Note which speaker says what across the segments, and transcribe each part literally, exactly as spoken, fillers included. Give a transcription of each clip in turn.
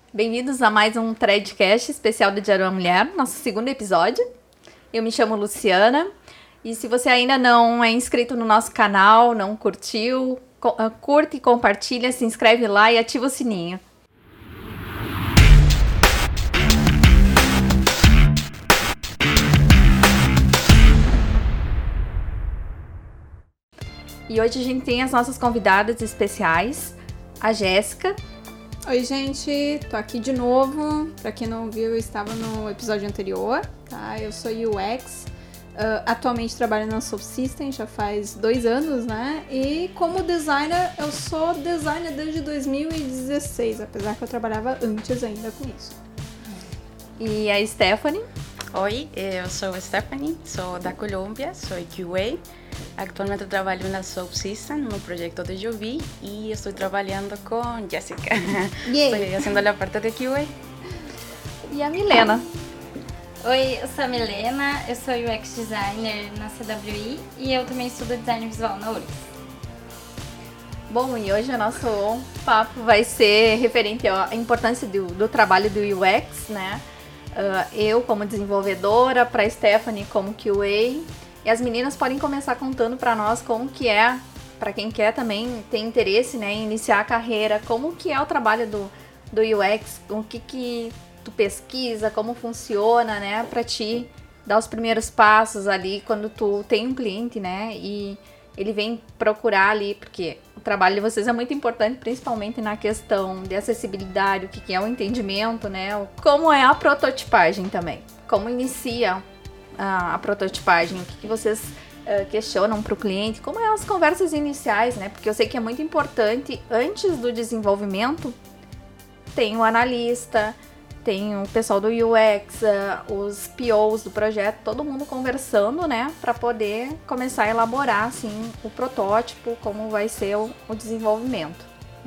Speaker 1: Bem-vindos a mais um Threadcast especial do Diário da Mulher, nosso segundo episódio. Eu me chamo Luciana e se você ainda não é inscrito no nosso canal, não curtiu, curte e compartilha, se inscreve lá e ativa o sininho. E hoje a gente tem as nossas convidadas especiais, a Jéssica.
Speaker 2: Oi, gente, tô aqui de novo. Pra quem não viu, eu estava no episódio anterior, tá? Eu sou U X, uh, atualmente trabalho na Soul System, já faz dois anos, né? E como designer, eu sou designer desde dois mil e dezesseis, apesar que eu trabalhava antes ainda com isso.
Speaker 1: E a Stephanie?
Speaker 3: Oi, eu sou a Stephanie, sou da Colômbia, sou Q A. Atualmente trabalho na Soul System, no proyecto de Jovi, y estoy trabajando con Jessica.
Speaker 2: Yeah.
Speaker 3: Estoy haciendo la parte de Q A.
Speaker 1: E a Milena?
Speaker 4: Oi, eu sou a Milena, eu sou U X Designer na C W I e eu também estudo Design Visual na U R G S.
Speaker 1: Bom, e hoje o nosso papo vai ser referente à importância do, do trabalho do U X, né? Uh, eu como desenvolvedora, para a Stephanie como Q A. E as meninas podem começar contando para nós como que é, para quem quer também ter interesse, né, em iniciar a carreira, como que é o trabalho do, do U X, o que que tu pesquisa, como funciona, né, para ti dar os primeiros passos ali quando tu tem um cliente, né, e ele vem procurar ali, porque o trabalho de vocês é muito importante, principalmente na questão de acessibilidade, o que que é o entendimento, né, como é a prototipagem também, como inicia a, a prototipagem, o que, que vocês uh, questionam para o cliente, como é as conversas iniciais, né? Porque eu sei que é muito importante, antes do desenvolvimento, tem o analista, tem o pessoal do U X, uh, os P Os do projeto, todo mundo conversando, né? Para poder começar a elaborar, assim, o protótipo, como vai ser o, o desenvolvimento.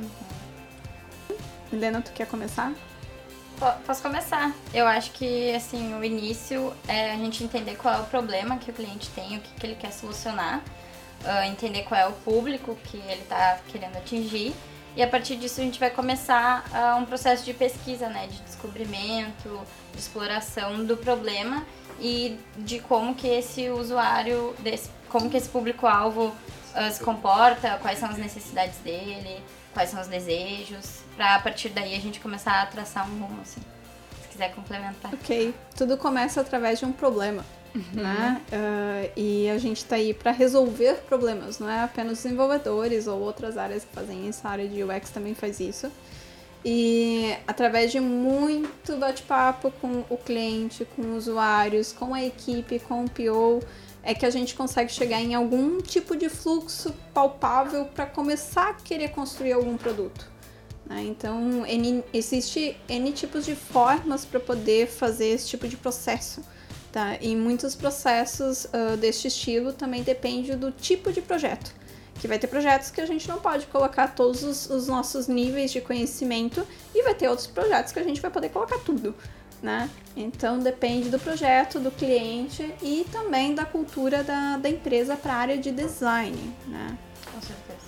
Speaker 2: Uhum. Milena, tu quer começar?
Speaker 4: Posso começar. Eu acho que, assim, o início é a gente entender qual é o problema que o cliente tem, o que, que ele quer solucionar, uh, entender qual é o público que ele está querendo atingir, e a partir disso a gente vai começar uh, um processo de pesquisa, né, de descobrimento, de exploração do problema e de como que esse usuário, desse, como que esse público-alvo uh, se comporta, quais são as necessidades dele, quais são os desejos, pra a partir daí a gente começar a traçar um rumo, assim, se quiser complementar.
Speaker 2: Ok, tudo começa através de um problema,
Speaker 1: uhum.
Speaker 2: né? Uh, e a gente tá aí para resolver problemas, não é apenas desenvolvedores ou outras áreas que fazem isso, a área de U X também faz isso. E através de muito bate-papo com o cliente, com usuários, com a equipe, com o P O, é que a gente consegue chegar em algum tipo de fluxo palpável para começar a querer construir algum produto. Né? Então, N, existe N tipos de formas para poder fazer esse tipo de processo. Tá? E muitos processos uh, deste estilo também dependem do tipo de projeto. Que vai ter projetos que a gente não pode colocar todos os, os nossos níveis de conhecimento e vai ter outros projetos que a gente vai poder colocar tudo. Né? Então depende do projeto, do cliente e também da cultura da, da empresa para a área de design, né?
Speaker 4: Com certeza.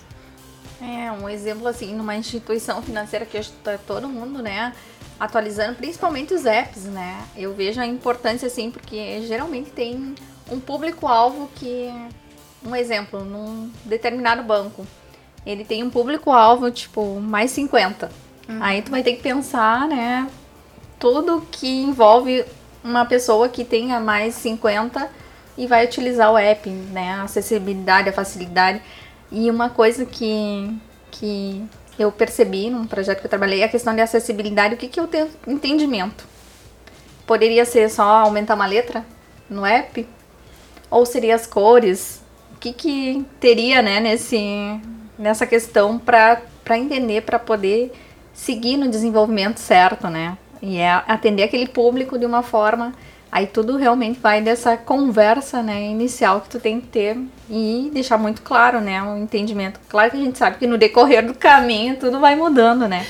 Speaker 1: É, um exemplo assim, numa instituição financeira que hoje tá todo mundo, né, atualizando, principalmente os apps, né? Eu vejo a importância assim, porque geralmente tem um público-alvo que, um exemplo, num determinado banco, ele tem um público-alvo tipo mais cinquenta. Uhum. Aí tu vai ter que pensar, né, tudo que envolve uma pessoa que tenha mais cinquenta e vai utilizar o app, né? A acessibilidade, a facilidade. E uma coisa que, que eu percebi num projeto que eu trabalhei é a questão de acessibilidade. O que, que eu tenho entendimento? Poderia ser só aumentar uma letra no app? Ou seria as cores? O que, que teria, né, nesse, nessa questão para entender, para poder seguir no desenvolvimento certo, né? E é atender aquele público de uma forma, aí tudo realmente vai dessa conversa, né, inicial que tu tem que ter e deixar muito claro, né, o entendimento. Claro que a gente sabe que no decorrer do caminho tudo vai mudando, né.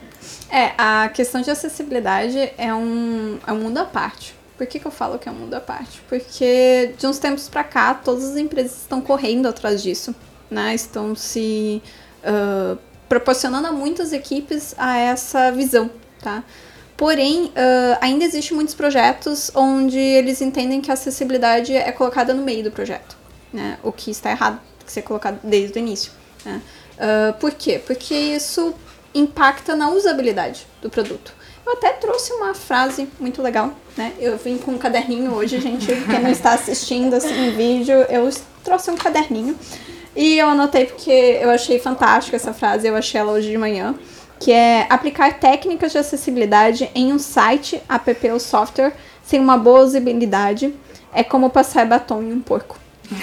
Speaker 2: É, a questão de acessibilidade é um, é um mundo à parte. Por que que eu falo que é um mundo à parte? Porque de uns tempos pra cá, todas as empresas estão correndo atrás disso, né, estão se uh, proporcionando a muitas equipes a essa visão. tá? Porém, uh, ainda existem muitos projetos onde eles entendem que a acessibilidade é colocada no meio do projeto, né? O que está errado, tem que ser colocado desde o início, né? Uh, por quê? Porque isso impacta na usabilidade do produto. Eu até trouxe uma frase muito legal, né? Eu vim com um caderninho hoje, gente. Quem não está assistindo assim em vídeo, eu trouxe um caderninho. E eu anotei porque eu achei fantástica essa frase, eu achei ela hoje de manhã. Que é aplicar técnicas de acessibilidade em um site, app ou software sem uma boa usabilidade é como passar batom em um porco.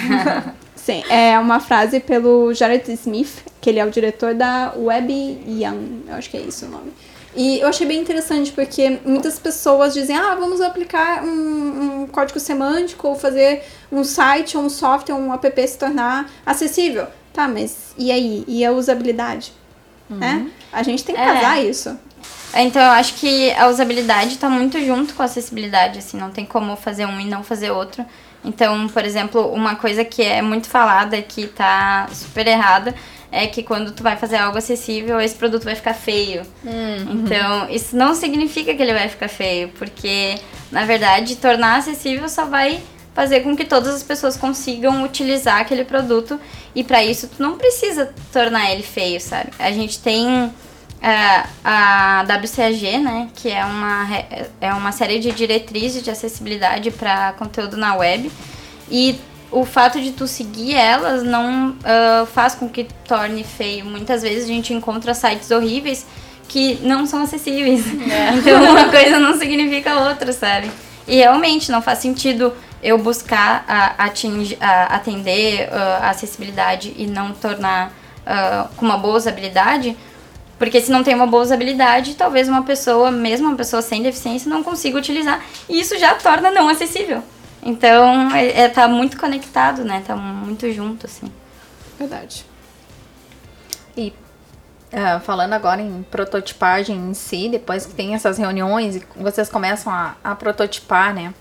Speaker 2: Sim, é uma frase pelo Jared Smith, que ele é o diretor da Web Young, eu acho que é isso o nome. E eu achei bem interessante porque muitas pessoas dizem, ah, vamos aplicar um, um código semântico ou fazer um site ou um software ou um app se tornar acessível. Tá, mas e aí? E a usabilidade? Uhum. Né? A gente tem que casar é. isso.
Speaker 4: Então eu acho que a usabilidade está muito junto com a acessibilidade, assim, não tem como fazer um e não fazer outro. Então, por exemplo, uma coisa que é muito falada e que tá super errada é que quando tu vai fazer algo acessível, esse produto vai ficar feio. Uhum. Então, isso não significa que ele vai ficar feio, porque, na verdade, tornar acessível só vai fazer com que todas as pessoas consigam utilizar aquele produto, e para isso tu não precisa tornar ele feio, sabe? A gente tem é, a W C A G, né, que é uma, é uma série de diretrizes de acessibilidade para conteúdo na web, e o fato de tu seguir elas não uh, faz com que torne feio. Muitas vezes a gente encontra sites horríveis que não são acessíveis. É. Então uma coisa não significa outra, sabe? E realmente não faz sentido eu buscar a, atingir, a, atender uh, a acessibilidade e não tornar uh, com uma boa usabilidade, porque se não tem uma boa usabilidade, talvez uma pessoa, mesmo uma pessoa sem deficiência, não consiga utilizar, e isso já torna não acessível. Então, é, é, tá muito conectado, né? Tá muito junto, assim.
Speaker 2: Verdade.
Speaker 1: E uh, falando agora em prototipagem em si, depois que tem essas reuniões e vocês começam a, a prototipar, né?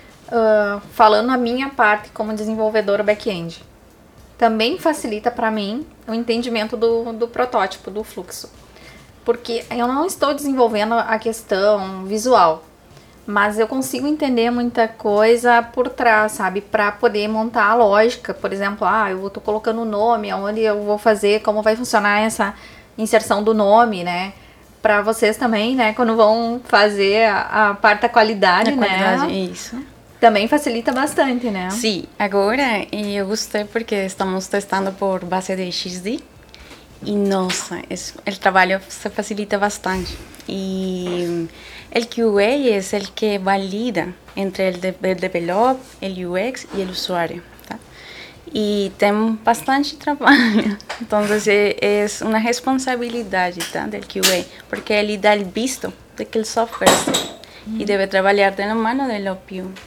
Speaker 1: Uh, falando a minha parte como desenvolvedora back-end, também facilita para mim o entendimento do, do protótipo, do fluxo. Porque eu não estou desenvolvendo a questão visual, mas eu consigo entender muita coisa por trás, sabe? Para poder montar a lógica. Por exemplo, ah, eu tô colocando o nome, aonde eu vou fazer, como vai funcionar essa inserção do nome, né? Para vocês também, né? Quando vão fazer a, a parte da qualidade,
Speaker 3: a
Speaker 1: né?
Speaker 3: Qualidade, isso.
Speaker 1: Também facilita bastante, né?
Speaker 3: Sim, agora eu gostei porque estamos testando por base de X D e, nossa, o trabalho se facilita bastante. E el Q A es el que valida entre el, de, el develop, el U X y el usuario, ¿tá? Y tem bastante trabalho. Então, é uma responsabilidade, tá, del Q A, porque ele dá o visto de que o software mm. e deve trabalhar de la mano del O P U.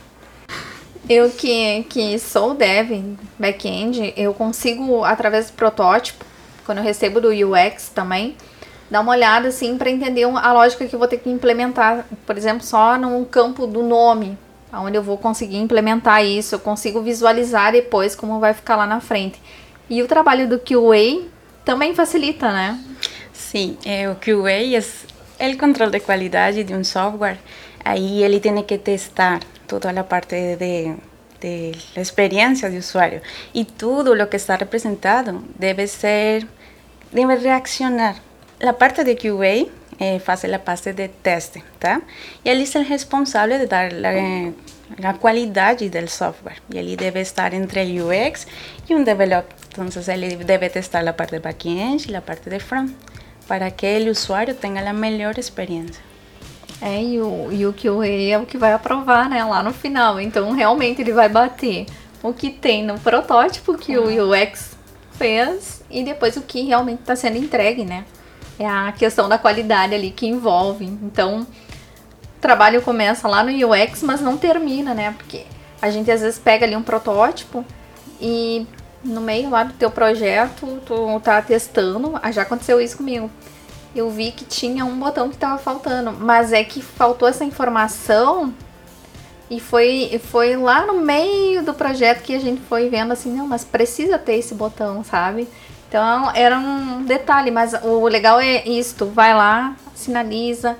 Speaker 1: Eu que, que sou dev, back-end, eu consigo, através do protótipo, quando eu recebo do U X também, dar uma olhada assim para entender a lógica que eu vou ter que implementar, por exemplo, só no campo do nome, onde eu vou conseguir implementar isso, eu consigo visualizar depois como vai ficar lá na frente. E o trabalho do Q A também facilita, né?
Speaker 3: Sim, é, o Q A é o controle de qualidade de um software. Aí ele tem que testar toda a parte de, de la experiencia de usuario, y todo lo que está representado debe ser, debe reaccionar. La parte de Q A eh, hace la parte de teste, ¿tá? Y él es el responsable de dar la, la calidad del software, y él debe estar entre el U X y un develop. Entonces él debe testar la parte de backend y la parte de front, para que el usuario tenga la mejor experiencia.
Speaker 1: É, e o, e o Q A é o que vai aprovar, né, lá no final. Então, realmente, ele vai bater o que tem no protótipo que o U X fez e depois o que realmente está sendo entregue, né? É a questão da qualidade ali que envolve. Então, o trabalho começa lá no U X, mas não termina, né? Porque a gente, às vezes, pega ali um protótipo e no meio lá do teu projeto, tu tá testando. Ah, já aconteceu isso comigo. Eu vi que tinha um botão que estava faltando, mas é que faltou essa informação e foi, foi lá no meio do projeto que a gente foi vendo assim, não, mas precisa ter esse botão, sabe? Então era um detalhe, mas o legal é isso, tu vai lá, sinaliza,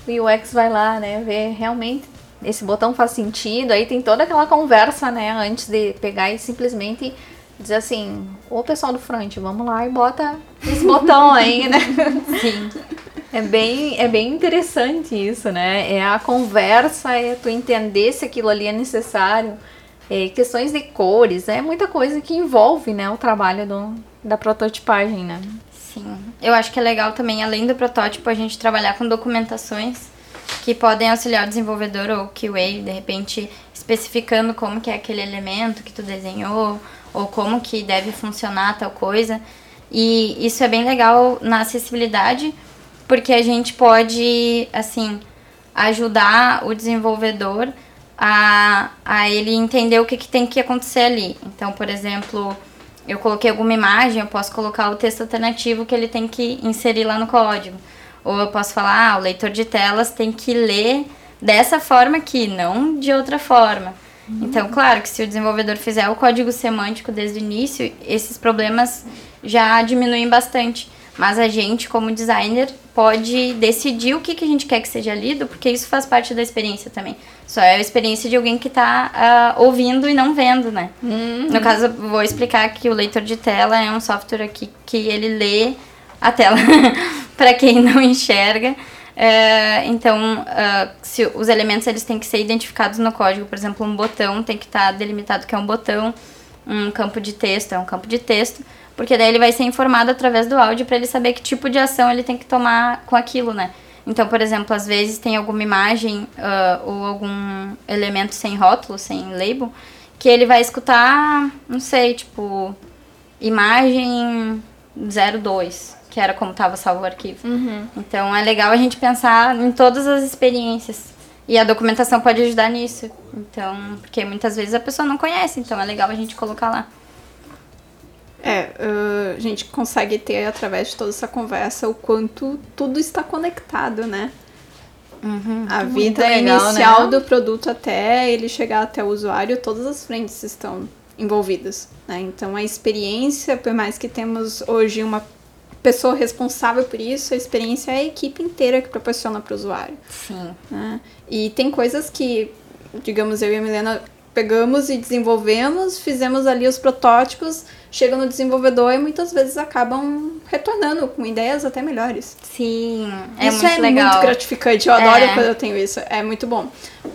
Speaker 1: o U X vai lá, né, ver realmente esse botão faz sentido, aí tem toda aquela conversa, né, antes de pegar e simplesmente dizer assim, ô pessoal do front, vamos lá e bota esse botão aí, né?
Speaker 4: Sim.
Speaker 1: É bem, é bem interessante isso, né? É a conversa, é tu entender se aquilo ali é necessário, é, questões de cores, é muita coisa que envolve, né, o trabalho do, da prototipagem, né?
Speaker 4: Sim. Eu acho que é legal também, além do protótipo, a gente trabalhar com documentações que podem auxiliar o desenvolvedor ou o Q A, de repente especificando como que é aquele elemento que tu desenhou, ou como que deve funcionar tal coisa. E isso é bem legal na acessibilidade, porque a gente pode, assim, ajudar o desenvolvedor a, a ele entender o que, que tem que acontecer ali. Então, por exemplo, eu coloquei alguma imagem, eu posso colocar o texto alternativo que ele tem que inserir lá no código. Ou eu posso falar, ah, o leitor de telas tem que ler dessa forma aqui, não de outra forma. Uhum. Então, claro que se o desenvolvedor fizer o código semântico desde o início, esses problemas já diminuem bastante. Mas a gente, como designer, pode decidir o que, que a gente quer que seja lido, porque isso faz parte da experiência também. Só é a experiência de alguém que está uh, ouvindo e não vendo, né? Uhum. No caso, eu vou explicar que o leitor de tela é um software aqui que ele lê a tela, para quem não enxerga. Uh, então, uh, se os elementos eles têm que ser identificados no código. Por exemplo, um botão tem que estar tá delimitado que é um botão, um campo de texto é um campo de texto, porque daí ele vai ser informado através do áudio para ele saber que tipo de ação ele tem que tomar com aquilo, né? Então, por exemplo, às vezes tem alguma imagem uh, ou algum elemento sem rótulo, sem label, que ele vai escutar, não sei, tipo, imagem zero dois, que era como estava salvo o arquivo. Uhum. Então, é legal a gente pensar em todas as experiências. E a documentação pode ajudar nisso. Então, porque muitas vezes a pessoa não conhece, então é legal a gente colocar lá.
Speaker 2: É, uh, a gente consegue ter, através de toda essa conversa, o quanto tudo está conectado, né?
Speaker 4: Uhum.
Speaker 2: A vida
Speaker 1: legal,
Speaker 2: inicial, né, do
Speaker 1: né?
Speaker 2: produto até ele chegar até o usuário, todas as frentes estão envolvidas, né? Então, a experiência, por mais que temos hoje uma pessoa responsável por isso, a experiência é a equipe inteira que proporciona para o usuário.
Speaker 4: Sim.
Speaker 2: Né? E tem coisas que, digamos, eu e a Milena pegamos e desenvolvemos, fizemos ali os protótipos, chega no desenvolvedor e muitas vezes acabam retornando com ideias até melhores.
Speaker 4: Sim, é
Speaker 2: isso
Speaker 4: muito
Speaker 2: é
Speaker 4: legal.
Speaker 2: muito gratificante, eu adoro
Speaker 4: É.
Speaker 2: quando eu tenho isso, é muito bom,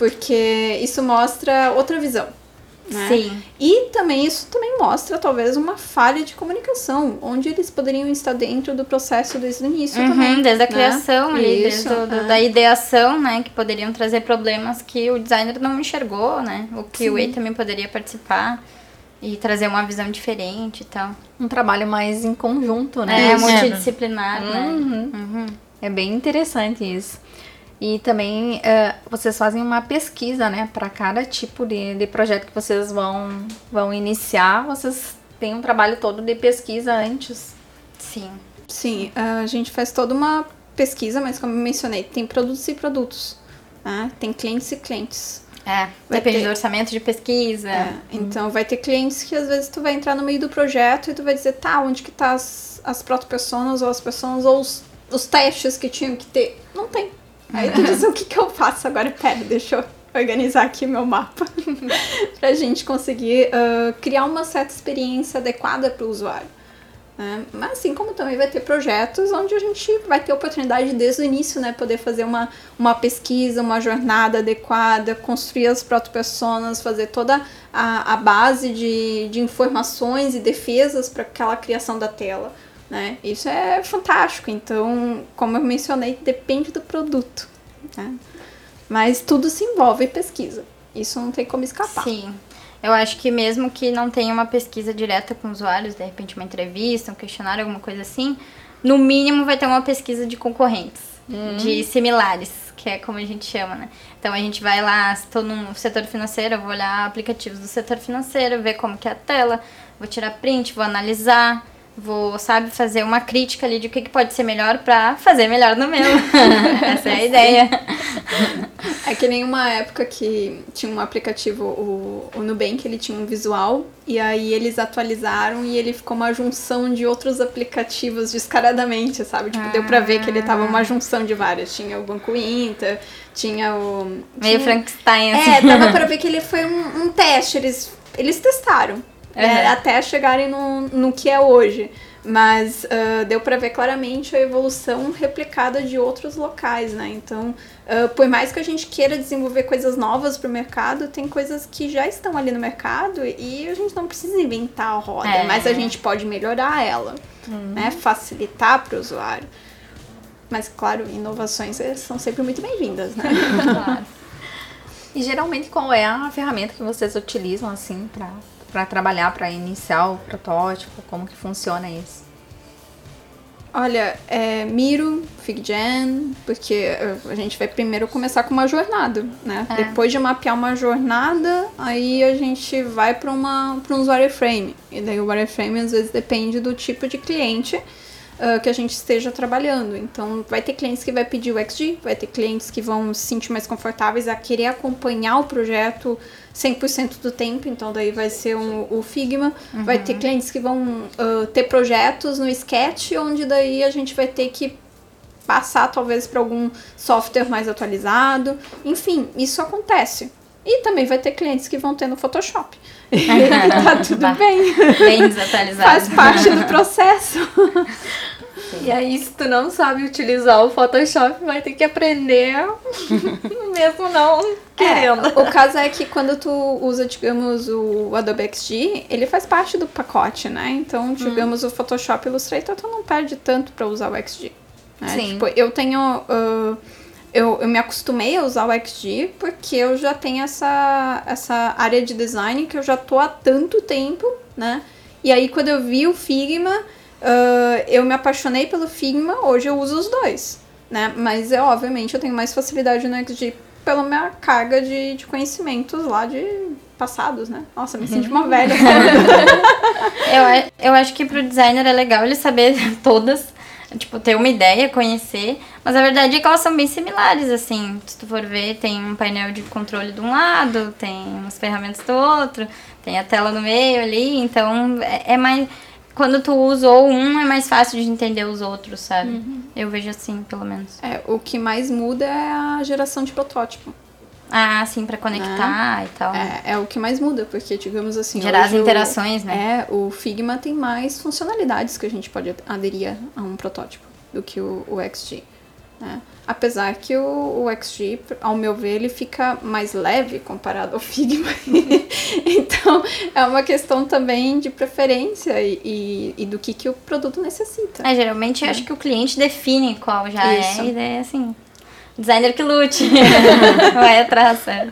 Speaker 2: porque isso mostra outra visão. Né?
Speaker 4: Sim.
Speaker 2: E também isso também mostra talvez uma falha de comunicação, onde eles poderiam estar dentro do processo desde o início
Speaker 4: Uhum,
Speaker 2: também.
Speaker 4: desde a
Speaker 2: né?
Speaker 4: criação ali,
Speaker 2: Isso,
Speaker 4: desde o, do,
Speaker 2: é.
Speaker 4: da ideação, né, que poderiam trazer problemas que o designer não enxergou, né, o Q A também poderia participar e trazer uma visão diferente e tal.
Speaker 1: Um trabalho mais em conjunto, né?
Speaker 4: É,
Speaker 1: Isso.
Speaker 4: multidisciplinar, né.
Speaker 1: Uhum.
Speaker 4: Uhum.
Speaker 1: É bem interessante isso. E também uh, vocês fazem uma pesquisa, né? Para cada tipo de, de projeto que vocês vão, vão iniciar, vocês têm um trabalho todo de pesquisa antes.
Speaker 4: Sim.
Speaker 2: Sim, a gente faz toda uma pesquisa, mas como eu mencionei, tem produtos e produtos. Né? Tem clientes e clientes.
Speaker 4: É,
Speaker 2: Vai
Speaker 4: depende
Speaker 2: ter-
Speaker 4: do orçamento de pesquisa.
Speaker 2: É, então vai ter clientes que às vezes tu vai entrar no meio do projeto e tu vai dizer, tá, onde que tá as, as proto-pessoas ou as pessoas ou os, os testes que tinham que ter? Não tem. Aí tu diz, o que que eu faço agora? Pera, deixa eu organizar aqui meu mapa pra gente conseguir uh, criar uma certa experiência adequada para o usuário. Né? Mas assim como também vai ter projetos onde a gente vai ter oportunidade desde o início, né, poder fazer uma, uma pesquisa, uma jornada adequada, construir as proto-personas, fazer toda a, a base de, de informações e defesas para aquela criação da tela. Né? Isso é fantástico, então, como eu mencionei, depende do produto. Né? Mas tudo se envolve em pesquisa, isso não tem como escapar.
Speaker 4: Sim. Eu acho que mesmo que não tenha uma pesquisa direta com usuários, de repente uma entrevista, um questionário, alguma coisa assim, no mínimo vai ter uma pesquisa de concorrentes, hum. de similares, que é como a gente chama, né? Então a gente vai lá, se estou no setor financeiro, eu vou olhar aplicativos do setor financeiro, ver como que é a tela, vou tirar print, vou analisar, vou, sabe, fazer uma crítica ali de o que, que pode ser melhor pra fazer melhor no meu. Essa é a ideia.
Speaker 2: É que nem uma época que tinha um aplicativo, o, o Nubank, ele tinha um visual, e aí eles atualizaram e ele ficou uma junção de outros aplicativos descaradamente, sabe? Tipo, ah. deu pra ver que ele tava uma junção de vários. Tinha o Banco Inter, tinha o...
Speaker 4: Meio
Speaker 2: tinha...
Speaker 4: Frankenstein, assim.
Speaker 2: É, dava pra ver que ele foi um, um teste, eles, eles testaram, uhum. é, até chegarem no, no que é hoje. Mas uh, deu pra ver claramente a evolução replicada de outros locais, né? Então, uh, por mais que a gente queira desenvolver coisas novas pro mercado, tem coisas que já estão ali no mercado e a gente não precisa inventar a roda, é. mas a gente pode melhorar ela, uhum. né? Facilitar pro usuário. Mas, claro, inovações são sempre muito bem-vindas, né?
Speaker 1: Claro. E geralmente qual é a ferramenta que vocês utilizam, assim, pra... para trabalhar, para iniciar o protótipo? Como que funciona isso?
Speaker 2: Olha, é Miro, FigJam, porque a gente vai primeiro começar com uma jornada, né? É. Depois de mapear uma jornada, aí a gente vai para uma para um wireframe. E daí o wireframe às vezes depende do tipo de cliente Uh, que a gente esteja trabalhando. Então, vai ter clientes que vai pedir o X G, vai ter clientes que vão se sentir mais confortáveis a querer acompanhar o projeto cem por cento do tempo, então daí vai ser um, o Figma. Uhum. Vai ter clientes que vão uh, ter projetos no Sketch, onde daí a gente vai ter que passar talvez para algum software mais atualizado. Enfim, isso acontece. E também vai ter clientes que vão ter no Photoshop. Tá tudo
Speaker 4: bah,
Speaker 2: bem.
Speaker 4: Bem desatualizado.
Speaker 2: Faz parte do processo.
Speaker 1: E aí, se tu não sabe utilizar o Photoshop, vai ter que aprender, mesmo não querendo.
Speaker 2: É, o caso é que quando tu usa, digamos, o Adobe X D, ele faz parte do pacote, né? Então, digamos, hum. o Photoshop e o Illustrator, tu não perde tanto pra usar o X D. Né?
Speaker 1: Sim.
Speaker 2: Tipo, eu tenho... Uh, Eu, eu me acostumei a usar o X D porque eu já tenho essa, essa área de design que eu já tô há tanto tempo, né? E aí, quando eu vi o Figma, uh, eu me apaixonei pelo Figma, hoje eu uso os dois, né? Mas, é, obviamente, eu tenho mais facilidade no X D pela minha carga de, de conhecimentos lá de passados, né? Nossa, me senti uma velha.
Speaker 4: eu, eu acho que pro designer é legal ele saber todas, tipo, ter uma ideia, conhecer, mas a verdade é que elas são bem similares, assim, se tu for ver, tem um painel de controle de um lado, tem umas ferramentas do outro, tem a tela no meio ali, então é, é mais, quando tu usou um, é mais fácil de entender os outros, sabe? Uhum. Eu vejo assim, pelo menos.
Speaker 2: É, o que mais muda é a geração de protótipo.
Speaker 4: Ah, sim, pra conectar, né? E tal.
Speaker 2: É, é o que mais muda, porque, digamos assim...
Speaker 4: Gerar as interações,
Speaker 2: o,
Speaker 4: né?
Speaker 2: É, o Figma tem mais funcionalidades que a gente pode aderir a um protótipo do que o, o X D, né? Apesar que o, o X D, ao meu ver, ele fica mais leve comparado ao Figma. Então, é uma questão também de preferência e, e, e do que, que o produto necessita.
Speaker 4: É, geralmente, eu acho que o cliente define qual já Isso. é, e daí, assim... Designer que lute, vai atrás, sério.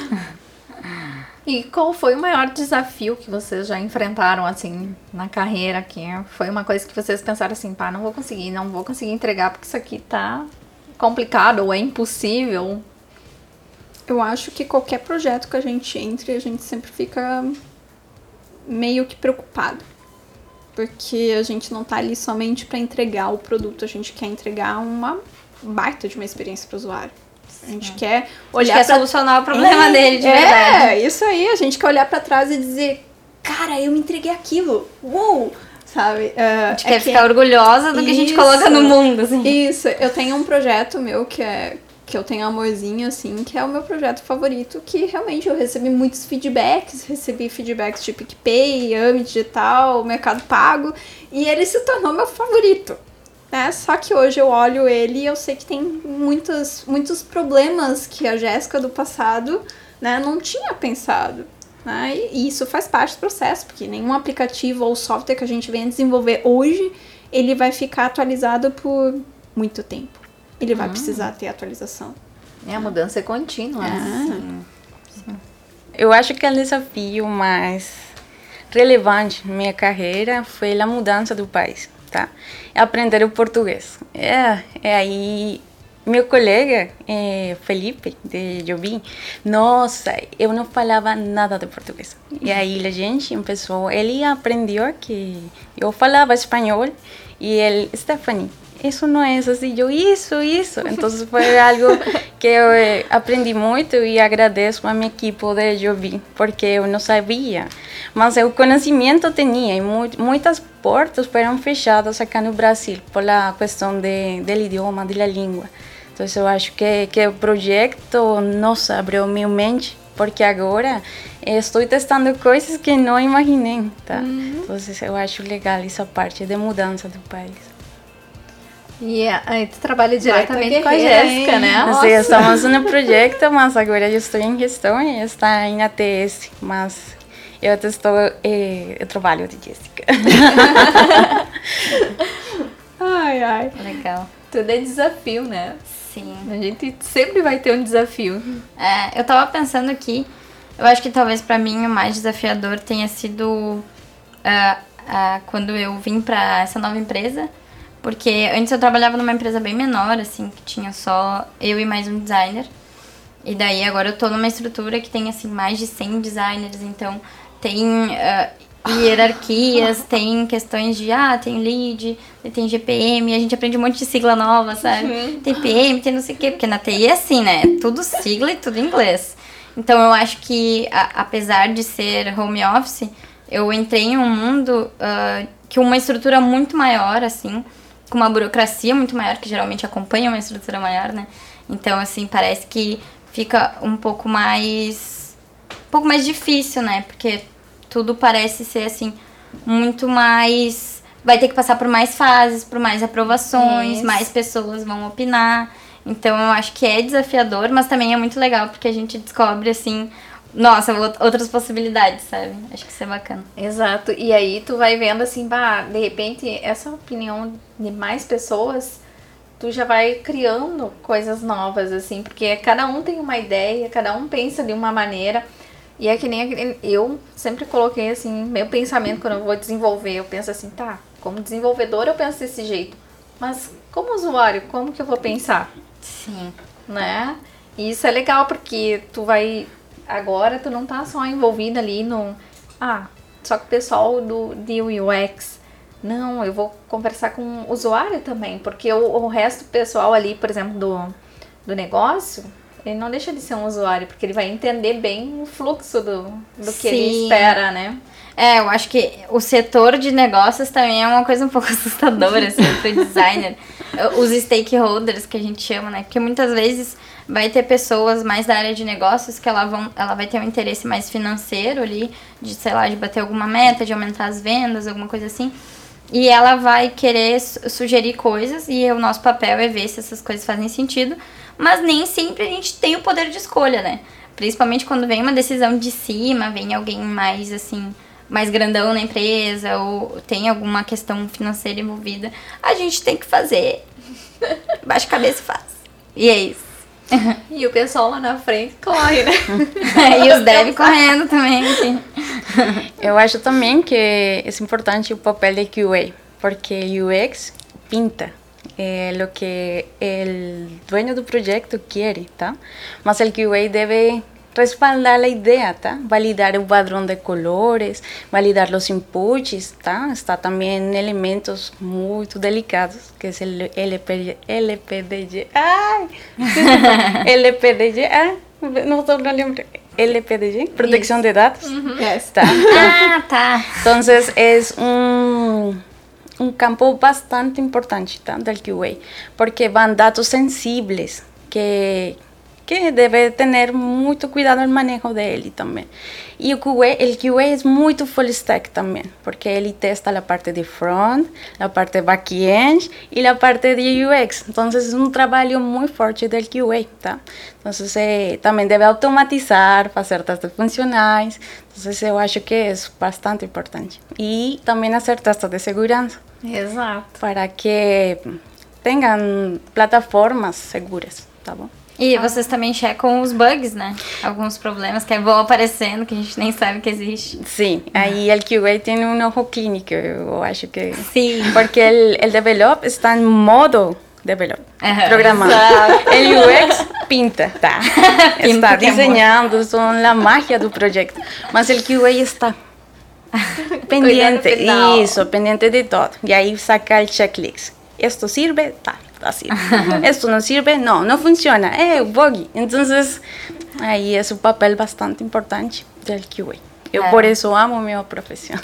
Speaker 1: E qual foi o maior desafio que vocês já enfrentaram, assim, na carreira aqui? Foi uma coisa que vocês pensaram assim, pá, não vou conseguir, não vou conseguir entregar porque isso aqui tá complicado ou é impossível?
Speaker 2: Eu acho que qualquer projeto que a gente entre, a gente sempre fica meio que preocupado. Porque a gente não tá ali somente para entregar o produto, a gente quer entregar uma baita de uma experiência para o usuário. A gente Sim. quer olhar
Speaker 4: a gente quer
Speaker 2: pra...
Speaker 4: solucionar o problema
Speaker 2: é,
Speaker 4: dele, de
Speaker 2: é,
Speaker 4: verdade.
Speaker 2: É, isso aí. A gente quer olhar para trás e dizer, cara, eu me entreguei aquilo. Uou! Sabe? Uh,
Speaker 4: a gente é quer ficar é... orgulhosa do isso, que a gente coloca no mundo, assim.
Speaker 2: Isso. Eu tenho um projeto meu que é... que eu tenho amorzinho, assim, que é o meu projeto favorito, que realmente eu recebi muitos feedbacks, recebi feedbacks de PicPay, Ame Digital, Mercado Pago, e ele se tornou meu favorito. É, só que hoje eu olho ele e eu sei que tem muitos, muitos problemas que a Jéssica do passado, né, não tinha pensado. Né? E isso faz parte do processo, porque nenhum aplicativo ou software que a gente venha desenvolver hoje, ele vai ficar atualizado por muito tempo. Ele vai hum. precisar ter atualização.
Speaker 1: É, a mudança é contínua.
Speaker 2: É.
Speaker 1: Sim.
Speaker 3: Sim. Eu acho que o desafio mais relevante na minha carreira foi a mudança do país. Tá? Aprender o português. É, é aí, meu colega, é, Felipe, de Jobim, nossa, eu não falava nada de português. E aí a gente começou, ele aprendeu que eu falava espanhol e ele, Stephanie, isso não é assim, eu, isso, isso. Então foi algo que eu eh, aprendi muito e agradeço a minha equipe de Joby, porque eu não sabia. Mas o conhecimento tinha e mu muitas portas foram fechadas aqui no Brasil por a questão de, do idioma, da língua. Então eu acho que, que o projeto nos abriu minha mente, porque agora estou testando coisas que não imaginei, tá? Uhum. Então eu acho legal essa parte de mudança do país.
Speaker 1: E aí tu trabalha diretamente com a Jéssica, né?
Speaker 3: Sim, estamos no projeto, mas agora eu estou em gestão e está em A T S, mas eu estou, eh, eu trabalho de Jéssica.
Speaker 1: Ai, ai.
Speaker 4: Legal.
Speaker 1: Tudo é desafio, né?
Speaker 4: Sim.
Speaker 1: A gente sempre vai ter um desafio.
Speaker 4: É, eu tava pensando aqui, eu acho que talvez pra mim o mais desafiador tenha sido uh, uh, quando eu vim pra essa nova empresa, porque antes eu trabalhava numa empresa bem menor, assim, que tinha só eu e mais um designer, e daí agora eu tô numa estrutura que tem, assim, mais de cem designers, então tem uh, hierarquias, tem questões de, ah, tem lead, tem G P M, a gente aprende um monte de sigla nova, sabe? Uhum. Tem P M, tem não sei o quê, porque na T I é assim, né? Tudo sigla e tudo inglês. Então eu acho que, a, apesar de ser home office, eu entrei em um mundo uh, que uma estrutura muito maior, assim, com uma burocracia muito maior, que geralmente acompanha uma estrutura maior, né? Então, assim, parece que fica um pouco mais... um pouco mais difícil, né? Porque tudo parece ser, assim, muito mais... vai ter que passar por mais fases, por mais aprovações, Isso. mais pessoas vão opinar. Então, eu acho que é desafiador, mas também é muito legal, porque a gente descobre, assim... nossa, outras possibilidades, sabe? Acho que isso é bacana.
Speaker 1: Exato. E aí tu vai vendo assim, bah, de repente, essa opinião de mais pessoas, tu já vai criando coisas novas, assim, porque cada um tem uma ideia, cada um pensa de uma maneira. E é que nem eu sempre coloquei, assim, meu pensamento quando eu vou desenvolver, eu penso assim, tá, como desenvolvedor eu penso desse jeito, mas como usuário, como que eu vou pensar?
Speaker 4: Sim.
Speaker 1: Né? E isso é legal, porque tu vai... agora tu não tá só envolvida ali no... ah, só com o pessoal do, de U X. Não, eu vou conversar com o usuário também, porque o, o resto do pessoal ali, por exemplo, do, do negócio, ele não deixa de ser um usuário, porque ele vai entender bem o fluxo do, do que Sim. ele espera, né?
Speaker 4: É, eu acho que o setor de negócios também é uma coisa um pouco assustadora, assim, pro designer. Os stakeholders, que a gente chama, né? Porque muitas vezes vai ter pessoas mais da área de negócios que ela, vão, ela vai ter um interesse mais financeiro ali, de, sei lá, de bater alguma meta, de aumentar as vendas, alguma coisa assim. E ela vai querer sugerir coisas e o nosso papel é ver se essas coisas fazem sentido. Mas nem sempre a gente tem o poder de escolha, né? Principalmente quando vem uma decisão de cima, vem alguém mais, assim... mais grandão na empresa ou tem alguma questão financeira envolvida, a gente tem que fazer. Baixa a cabeça e faz. E é isso.
Speaker 1: E o pessoal lá na frente corre, né?
Speaker 4: E os devs correndo também. Assim.
Speaker 3: Eu acho também que é importante o papel de Q A, porque U X pinta é o que o dueño do projeto quer, tá? Mas o Q A deve respaldar a ideia, tá? Validar o padrão de colores, validar os inputs, tá? Está também elementos muito delicados, que é o L P D G. Ai! L P D G, ah, não estou não lembro. L P D G, Protección de Datos.
Speaker 1: Uhum.
Speaker 3: Yes. Tá.
Speaker 4: Ah, tá.
Speaker 3: Então, é um um campo bastante importante, tá? Del Q A, porque vão dados sensíveis que que debe tener muito cuidado no manejo dele também. E o Q A, el Q A é muito full stack também, porque ele testa a parte de front, a parte de back-end e a parte de U X. Então, é um trabalho muito forte do Q A, tá? Então, eh, também deve automatizar, fazer testes funcionais. Então, eu acho que é bastante importante. E também fazer testes de segurança.
Speaker 1: Exato.
Speaker 3: Para que tenham plataformas seguras, tá bom?
Speaker 4: E vocês também checam os bugs, né? Alguns problemas que vão aparecendo, que a gente nem sabe que existe.
Speaker 3: Sim, aí o Q A tem um ojo clínico, eu acho que...
Speaker 4: Sim.
Speaker 3: Porque o develop está em modo develop,
Speaker 4: uhum.
Speaker 3: programando. O U X pinta, tá? Está desenhando, são a magia do projeto. Mas o Q A está pendiente, isso, pendiente de todo. E aí saca o checklist. esto sirve, tá, tá sirve. Esto no sirve, no, no funciona, é o bug. Entonces, aí é um papel bastante importante do Q A. Eu, é. por isso, amo minha profissão.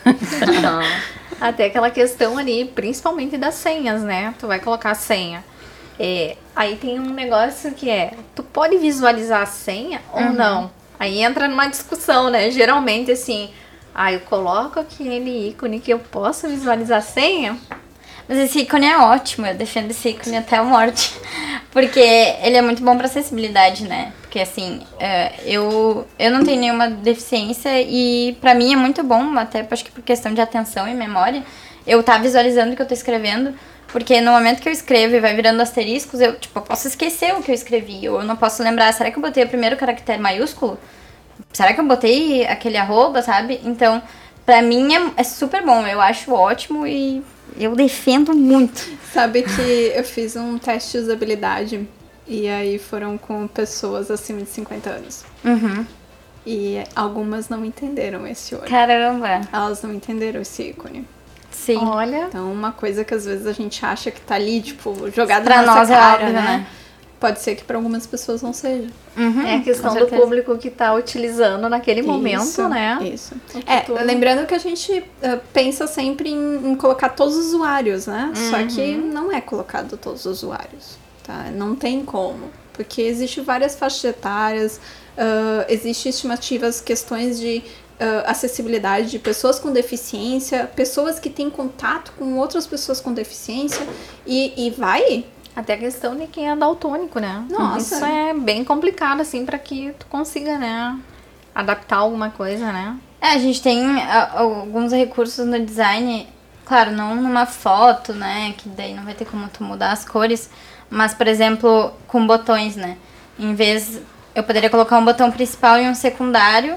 Speaker 1: Até aquela questão ali, principalmente das senhas, né? Tu vai colocar a senha. É, aí tem um negócio que é, tu pode visualizar a senha ou uhum. não? Aí entra numa discussão, né? Geralmente, assim, ah, eu coloco aquele ícone que eu posso visualizar a senha.
Speaker 4: Mas esse ícone é ótimo, eu defendo esse ícone até a morte. Porque ele é muito bom para acessibilidade, né? Porque, assim, eu, eu não tenho nenhuma deficiência e pra mim é muito bom, até acho que por questão de atenção e memória, eu tá visualizando o que eu tô escrevendo. Porque no momento que eu escrevo e vai virando asteriscos, eu, tipo, eu posso esquecer o que eu escrevi. Ou eu não posso lembrar, será que eu botei o primeiro caractere maiúsculo? Será que eu botei aquele arroba, sabe? Então, pra mim é, é super bom. Eu acho ótimo e eu defendo muito.
Speaker 2: Sabe que eu fiz um teste de usabilidade e aí foram com pessoas acima de cinquenta anos.
Speaker 4: Uhum.
Speaker 2: E algumas não entenderam esse olho.
Speaker 4: Caramba!
Speaker 2: Elas não entenderam esse ícone.
Speaker 1: Sim. Olha.
Speaker 2: Então, uma coisa que às vezes a gente acha que tá ali, tipo, jogada
Speaker 4: pra
Speaker 2: na nossa
Speaker 4: nós
Speaker 2: cara,
Speaker 4: é óbvio,
Speaker 2: né?
Speaker 4: né?
Speaker 2: Pode ser que para algumas pessoas não seja.
Speaker 1: Uhum, é a questão do público que tá utilizando naquele
Speaker 2: isso,
Speaker 1: momento, né?
Speaker 2: Isso. É, tu... lembrando que a gente uh, pensa sempre em, em colocar todos os usuários, né? Uhum. Só que não é colocado todos os usuários, tá? Não tem como. Porque existe várias faixas etárias, uh, existe estimativas, questões de Uh, acessibilidade de pessoas com deficiência, pessoas que têm contato com outras pessoas com deficiência e, e vai...
Speaker 1: Até a questão de quem é daltônico, né?
Speaker 2: Nossa.
Speaker 1: Isso é bem complicado, assim, pra que tu consiga, né, adaptar alguma coisa, né?
Speaker 4: É, a gente tem a, alguns recursos no design, claro, não numa foto, né, que daí não vai ter como tu mudar as cores, mas, por exemplo, com botões, né? Em vez... Eu poderia colocar um botão principal e um secundário.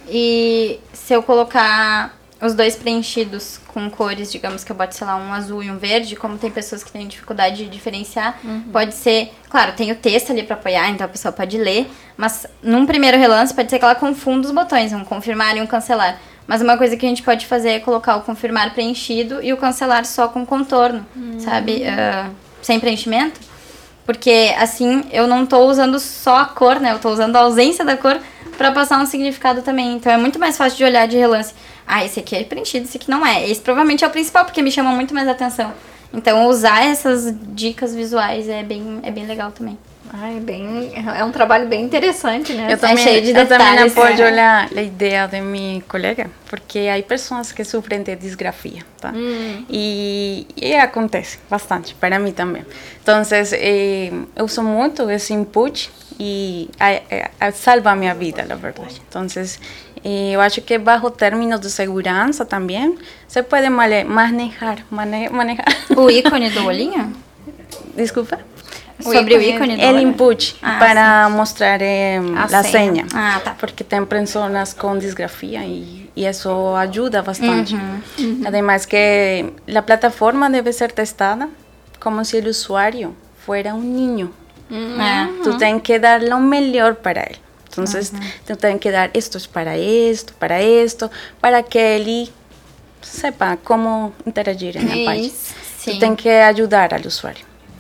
Speaker 4: E se eu colocar os dois preenchidos com cores, digamos que eu bote, sei lá, um azul e um verde, como tem pessoas que têm dificuldade de diferenciar, uhum. pode ser... Claro, tem o texto ali pra apoiar, então a pessoa pode ler, mas num primeiro relance pode ser que ela confunda os botões, um confirmar e um cancelar. Mas uma coisa que a gente pode fazer é colocar o confirmar preenchido e o cancelar só com contorno, uhum. sabe? Uh, sem preenchimento. Porque, assim, eu não tô usando só a cor, né? Eu tô usando a ausência da cor pra passar um significado também. Então, é muito mais fácil de olhar de relance. Ah, esse aqui é preenchido, esse aqui não é. Esse provavelmente é o principal, porque me chama muito mais atenção. Então, usar essas dicas visuais é bem, é bem legal também.
Speaker 1: Ai, bem, é um trabalho bem interessante, né?
Speaker 3: Eu também,
Speaker 4: é cheio de
Speaker 3: eu
Speaker 4: detalhes.
Speaker 3: também apoio né? a ideia de minha colega, porque há pessoas que sofrem de disgrafia, tá? Hum. E, e acontece bastante, para mim também. Então, eh, eu uso muito esse input e a, a, salva a minha vida, na verdade. Então, eh, eu acho que bajo términos de segurança também, se pode manejar, mane, manejar.
Speaker 4: O ícone do olhinho?
Speaker 3: Desculpa?
Speaker 4: Sobre o ícone do
Speaker 3: o input ah, para sim. mostrar eh, a, a senha,
Speaker 4: ah, tá.
Speaker 3: porque tem pessoas com disgrafia e, e isso ajuda bastante. Uhum. Uhum. Además que a plataforma deve ser testada como se o usuário fosse um niño. Uhum. Tu tens que dar o melhor para ele. Então, uhum. tu tens que dar isto para isto, para isto, para que ele sepa como interagir na página. Tu tens que ajudar ao usuário.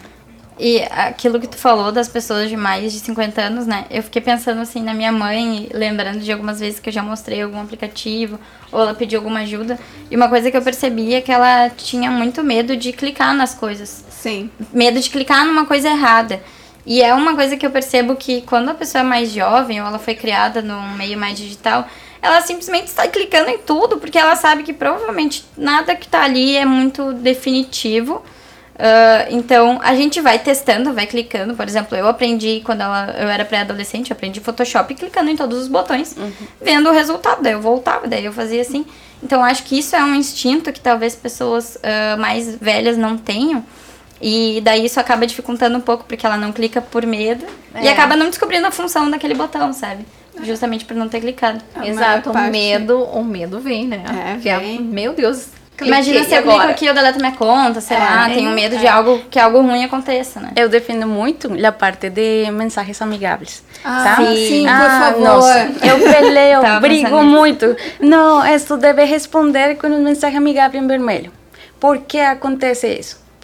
Speaker 4: E aquilo que tu falou das pessoas de mais de cinquenta anos, né? Eu fiquei pensando assim na minha mãe, lembrando de algumas vezes que eu já mostrei algum aplicativo ou ela pediu alguma ajuda. E uma coisa que eu percebi é que ela tinha muito medo de clicar nas coisas.
Speaker 2: Sim.
Speaker 4: Medo de clicar numa coisa errada. E é uma coisa que eu percebo que quando a pessoa é mais jovem ou ela foi criada num meio mais digital, ela simplesmente está clicando em tudo, porque ela sabe que provavelmente nada que está ali é muito definitivo. Uh, então, a gente vai testando, vai clicando. Por exemplo, eu aprendi, quando ela, eu era pré-adolescente, eu aprendi Photoshop clicando em todos os botões, uhum. vendo o resultado. Daí eu voltava, daí eu fazia assim. Então, acho que isso é um instinto que talvez pessoas uh, mais velhas não tenham. E daí isso acaba dificultando um pouco, porque ela não clica por medo. É. E acaba não descobrindo a função daquele botão, sabe? Justamente por não ter clicado.
Speaker 1: A Exato, o parte... medo, o medo vem, né?
Speaker 2: É, vem.
Speaker 1: É, meu Deus...
Speaker 4: Imagina se eu clico aqui, eu deleto minha conta, sei é, lá, tenho medo é. de algo, que algo ruim aconteça, né?
Speaker 3: Eu defendo muito a parte de mensagens amigáveis.
Speaker 2: Ah,
Speaker 3: tá?
Speaker 2: sim, sim
Speaker 3: ah,
Speaker 2: por favor.
Speaker 3: Nossa, eu peleo, brigo muito. Não, isso deve responder com um mensagem amigável em vermelho. Por que acontece isso?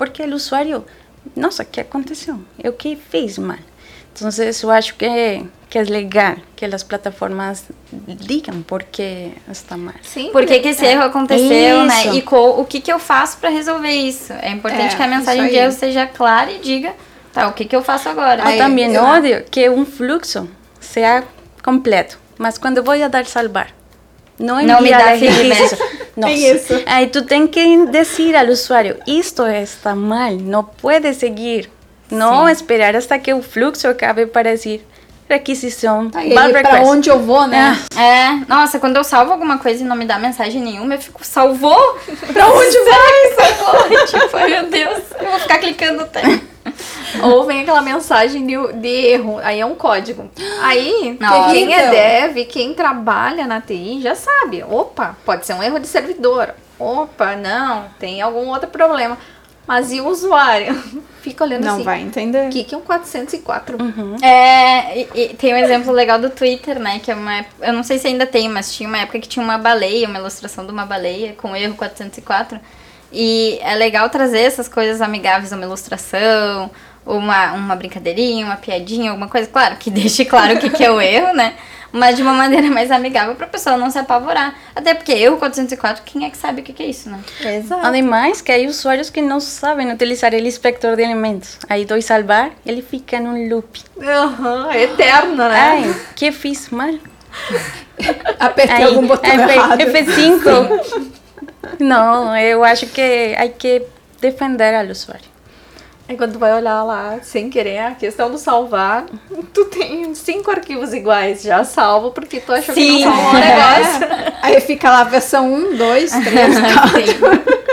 Speaker 3: porque o usuário, nossa, o que aconteceu? Eu que fiz mal? Então, eu acho que, que é legal que as plataformas digam por que está mal.
Speaker 1: Sim,
Speaker 4: Por que, que esse
Speaker 3: é.
Speaker 4: erro aconteceu, né?
Speaker 3: Isso.
Speaker 4: E co- o que, que eu faço para resolver isso. É importante
Speaker 2: É,
Speaker 4: que a mensagem
Speaker 2: isso
Speaker 4: de
Speaker 2: aí.
Speaker 4: erro seja clara e diga, tá, o que, que eu faço agora?
Speaker 3: Eu também
Speaker 2: eu-
Speaker 3: odio que um fluxo seja completo, mas quando eu vou a dar salvar, não
Speaker 4: Não me
Speaker 3: envia
Speaker 4: dá
Speaker 3: a
Speaker 4: feedback.
Speaker 3: Nossa.
Speaker 2: Tem isso.
Speaker 3: Aí tu tem que dizer ao usuário, isto está mal, não pode seguir. Não
Speaker 4: Sim.
Speaker 3: esperar hasta que o fluxo acabe para dizer requisição,
Speaker 2: Aí,
Speaker 3: bar
Speaker 2: pra
Speaker 3: request.
Speaker 2: onde eu vou, né?
Speaker 4: É, nossa, quando eu salvo alguma coisa e não me dá mensagem nenhuma, eu fico, salvou?
Speaker 2: Pra onde vai?
Speaker 4: Salvou? Tipo, ai, meu Deus, eu vou ficar clicando até.
Speaker 1: Ou vem aquela mensagem de, de erro, aí é um código. Aí,
Speaker 4: Nossa.
Speaker 1: quem é dev, quem trabalha na T I já sabe. Opa, pode ser um erro de servidor. Opa, não, tem algum outro problema. Mas e o usuário? Fica olhando
Speaker 2: Não
Speaker 1: assim.
Speaker 2: vai entender.
Speaker 1: O que, que é um quatrocentos e quatro?
Speaker 4: É, e, e tem um exemplo legal do Twitter, né, que é uma, ép- eu não sei se ainda tem, mas tinha uma época que tinha uma baleia, uma ilustração de uma baleia com o erro quatrocentos e quatro. E é legal trazer essas coisas amigáveis, uma ilustração, uma, uma brincadeirinha, uma piadinha, alguma coisa, claro, que deixe claro o que, que é o erro, né? Mas de uma maneira mais amigável pra pessoa não se apavorar. Até porque erro quatrocentos e quatro, quem é que sabe o que, que é isso, né?
Speaker 1: Exato.
Speaker 3: Ademais, que há usuários que não sabem utilizar o inspector de elementos. Aí dou salvar, ele fica num loop.
Speaker 1: Aham, eterno, né?
Speaker 3: Ai, que fiz mal?
Speaker 2: Apertei
Speaker 3: Aí,
Speaker 2: algum botão
Speaker 3: F-
Speaker 2: errado.
Speaker 3: F cinco. Não, eu acho que há que defender ao usuário.
Speaker 1: Aí quando tu vai olhar lá, sem querer, a questão do salvar, tu tem cinco arquivos iguais já salvo, porque tu achou que
Speaker 4: Sim.
Speaker 1: não salvou o negócio.
Speaker 2: Aí fica lá a versão um, dois, três, quatro.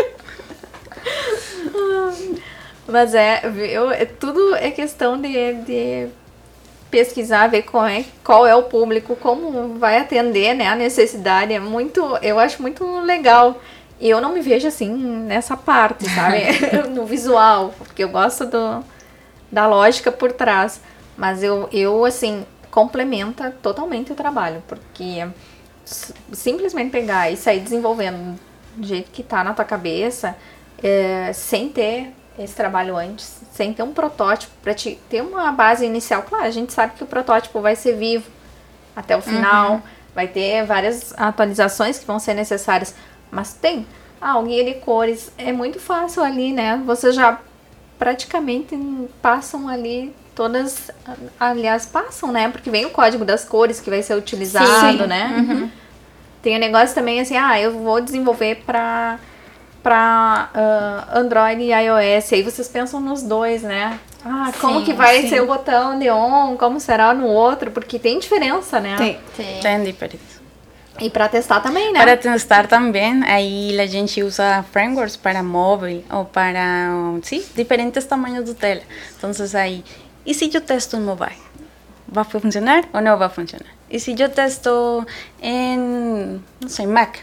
Speaker 1: Mas é, eu, é, tudo é questão de, de pesquisar, ver qual é, qual é o público, como vai atender, né, a necessidade. É muito, eu acho muito legal. E eu não me vejo assim nessa parte, sabe? No visual, porque eu gosto do, da lógica por trás. Mas eu, eu, assim, complementa totalmente o trabalho, porque s- simplesmente pegar e sair desenvolvendo do jeito que tá na tua cabeça, é, sem ter esse trabalho antes, sem ter um protótipo, para te ter uma base inicial. Claro, a gente sabe que o protótipo vai ser vivo até o final, vai ter várias atualizações que vão ser necessárias, mas tem. Ah, o guia de cores é muito fácil ali, né? Vocês já praticamente passam ali todas, aliás, passam, né? Porque vem o código das cores que vai ser utilizado,
Speaker 4: Sim.
Speaker 1: né? Tem um negócio também assim, ah, eu vou desenvolver para para uh, Android e iOS. Aí vocês pensam nos dois, né? Ah, como
Speaker 4: Sim,
Speaker 1: que vai
Speaker 2: sim.
Speaker 1: ser o botão de on, como será no outro, porque tem diferença, né?
Speaker 2: Tem.
Speaker 4: Tem.
Speaker 3: Tem diferença.
Speaker 1: E para testar também, né?
Speaker 3: Para testar também, aí a gente usa frameworks para móvel ou para, sim, diferentes tamanhos de tela. Então, aí, e se eu testo em mobile? Vai funcionar ou não vai funcionar? E se eu testo em, não sei, Mac?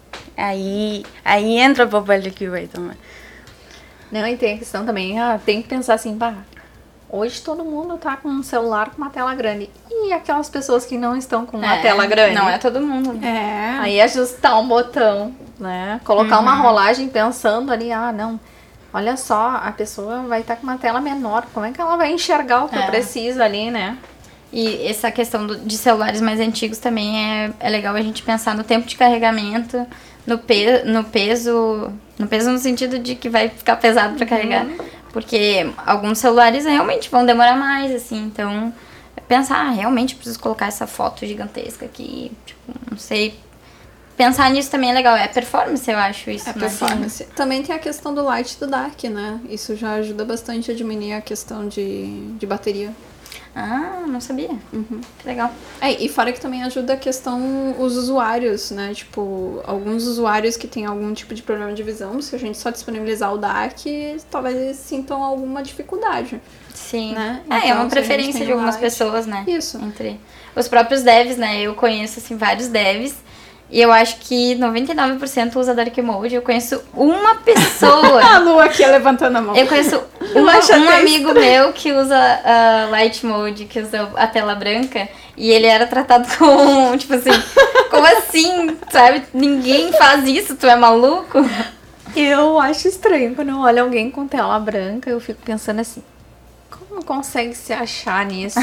Speaker 3: Aí, aí entra o papel de Q A também.
Speaker 1: Não, e tem a questão também, ah, tem que pensar assim, pá, hoje todo mundo tá com um celular com uma tela grande. E aquelas pessoas que não estão com uma
Speaker 4: É,
Speaker 1: tela grande?
Speaker 4: Não é todo mundo, né?
Speaker 2: É.
Speaker 1: Aí ajustar um botão, né? Colocar uma rolagem pensando ali, ah, não, olha só, a pessoa vai estar com uma tela menor, como é que ela vai enxergar o que eu
Speaker 4: É.
Speaker 1: preciso ali, né?
Speaker 4: E essa questão do- de celulares mais antigos também é, é legal a gente pensar no tempo de carregamento, no, pe no peso, no peso no sentido de que vai ficar pesado para carregar, porque alguns celulares realmente vão demorar mais, assim, então pensar, ah, realmente preciso colocar essa foto gigantesca aqui, tipo, não sei, pensar nisso também é legal, é performance, eu acho isso,
Speaker 2: É
Speaker 4: né?
Speaker 2: performance. Também tem a questão do light e do dark, né? Isso já ajuda bastante a diminuir a questão de, de bateria.
Speaker 4: Ah, não sabia, que legal.
Speaker 2: É, e fora que também ajuda a questão os usuários, né? Tipo, alguns usuários que têm algum tipo de problema de visão, se a gente só disponibilizar o dark, talvez eles sintam alguma dificuldade.
Speaker 4: Sim.
Speaker 2: Né?
Speaker 4: É, é
Speaker 2: Então,
Speaker 4: uma
Speaker 2: se a gente
Speaker 4: preferência
Speaker 2: tem
Speaker 4: de
Speaker 2: o
Speaker 4: algumas
Speaker 2: light-
Speaker 4: pessoas, né?
Speaker 2: Isso.
Speaker 4: Entre os próprios devs, né? Eu conheço, assim, vários devs. E eu acho que noventa e nove por cento usa Dark Mode. Eu conheço uma
Speaker 2: A
Speaker 4: pessoa.
Speaker 2: Lu aqui levantando a mão.
Speaker 4: Eu conheço uma, um amigo meu que usa uh, Light Mode, que usa a tela branca. E ele era tratado com, tipo assim, como assim, sabe? Ninguém faz isso, tu é maluco?
Speaker 1: Eu acho estranho quando eu olho alguém com tela branca, eu fico pensando assim, como consegue se achar nisso?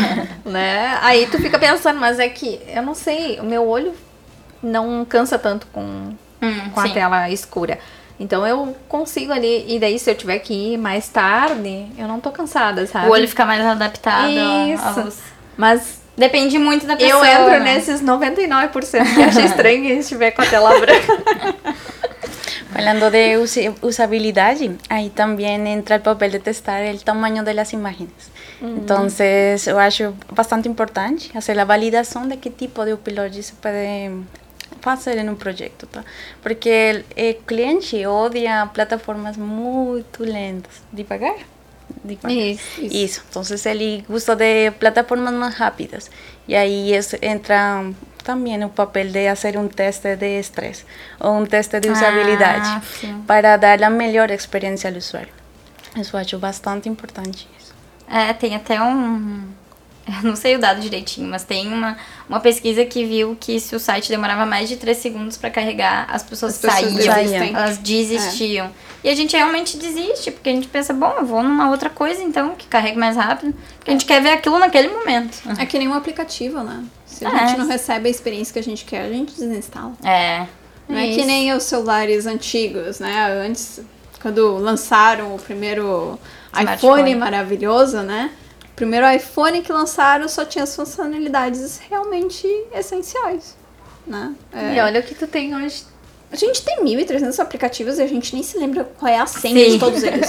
Speaker 1: Né? Aí tu fica pensando, mas é que, eu não sei, o meu olho não cansa tanto com,
Speaker 4: Hum,
Speaker 1: com a
Speaker 4: sim.
Speaker 1: tela escura. Então eu consigo ali, e daí se eu tiver que ir mais tarde, eu não tô cansada, sabe?
Speaker 4: O olho fica mais adaptado à-
Speaker 1: Isso.
Speaker 4: à luz.
Speaker 1: Mas
Speaker 4: Depende muito da pessoa,
Speaker 1: eu entro
Speaker 4: né?
Speaker 1: nesses noventa e nove por cento que acha estranho quem estiver com a tela branca.
Speaker 3: Hablando de usi- usabilidad, ahí también entra el papel de testar el tamaño de las imágenes. Entonces, yo acho bastante importante hacer la validação de qué tipo de upload se puede hacer en un proyecto, tá? Porque el, el cliente odia plataformas muy lentas, devagar. devagar.
Speaker 1: Isso, isso.
Speaker 3: Isso. Entonces, ele gusta de plataformas más rápidas. Y ahí es, entra también el papel de hacer un test de estrés o un test de usabilidad
Speaker 4: Ah, sim.
Speaker 3: para dar la mejor experiencia al usuario. Isso eu acho bastante importante. Isso.
Speaker 4: É, tem até um... Eu não sei o dado direitinho, mas tem uma, uma pesquisa que viu que se o site demorava mais de três segundos pra carregar, as pessoas,
Speaker 2: As pessoas
Speaker 4: saíam,
Speaker 2: desistem.
Speaker 4: elas desistiam. E a gente realmente desiste, porque a gente pensa, bom, eu vou numa outra coisa então, que carregue mais rápido, porque a gente quer ver aquilo naquele momento.
Speaker 2: É que nem um aplicativo, né? Se a
Speaker 4: É.
Speaker 2: gente não recebe a experiência que a gente quer, a gente desinstala.
Speaker 4: É.
Speaker 2: Não é que
Speaker 1: Isso.
Speaker 2: nem os celulares antigos, né? Antes, quando lançaram o primeiro
Speaker 4: Smartphone.
Speaker 2: iPhone maravilhoso, né? O primeiro iPhone que lançaram só tinha as funcionalidades realmente essenciais, né? É.
Speaker 1: E olha o que tu tem hoje.
Speaker 2: A gente tem mil e trezentos aplicativos e a gente nem se lembra qual é a senha
Speaker 4: Sim.
Speaker 2: de todos eles.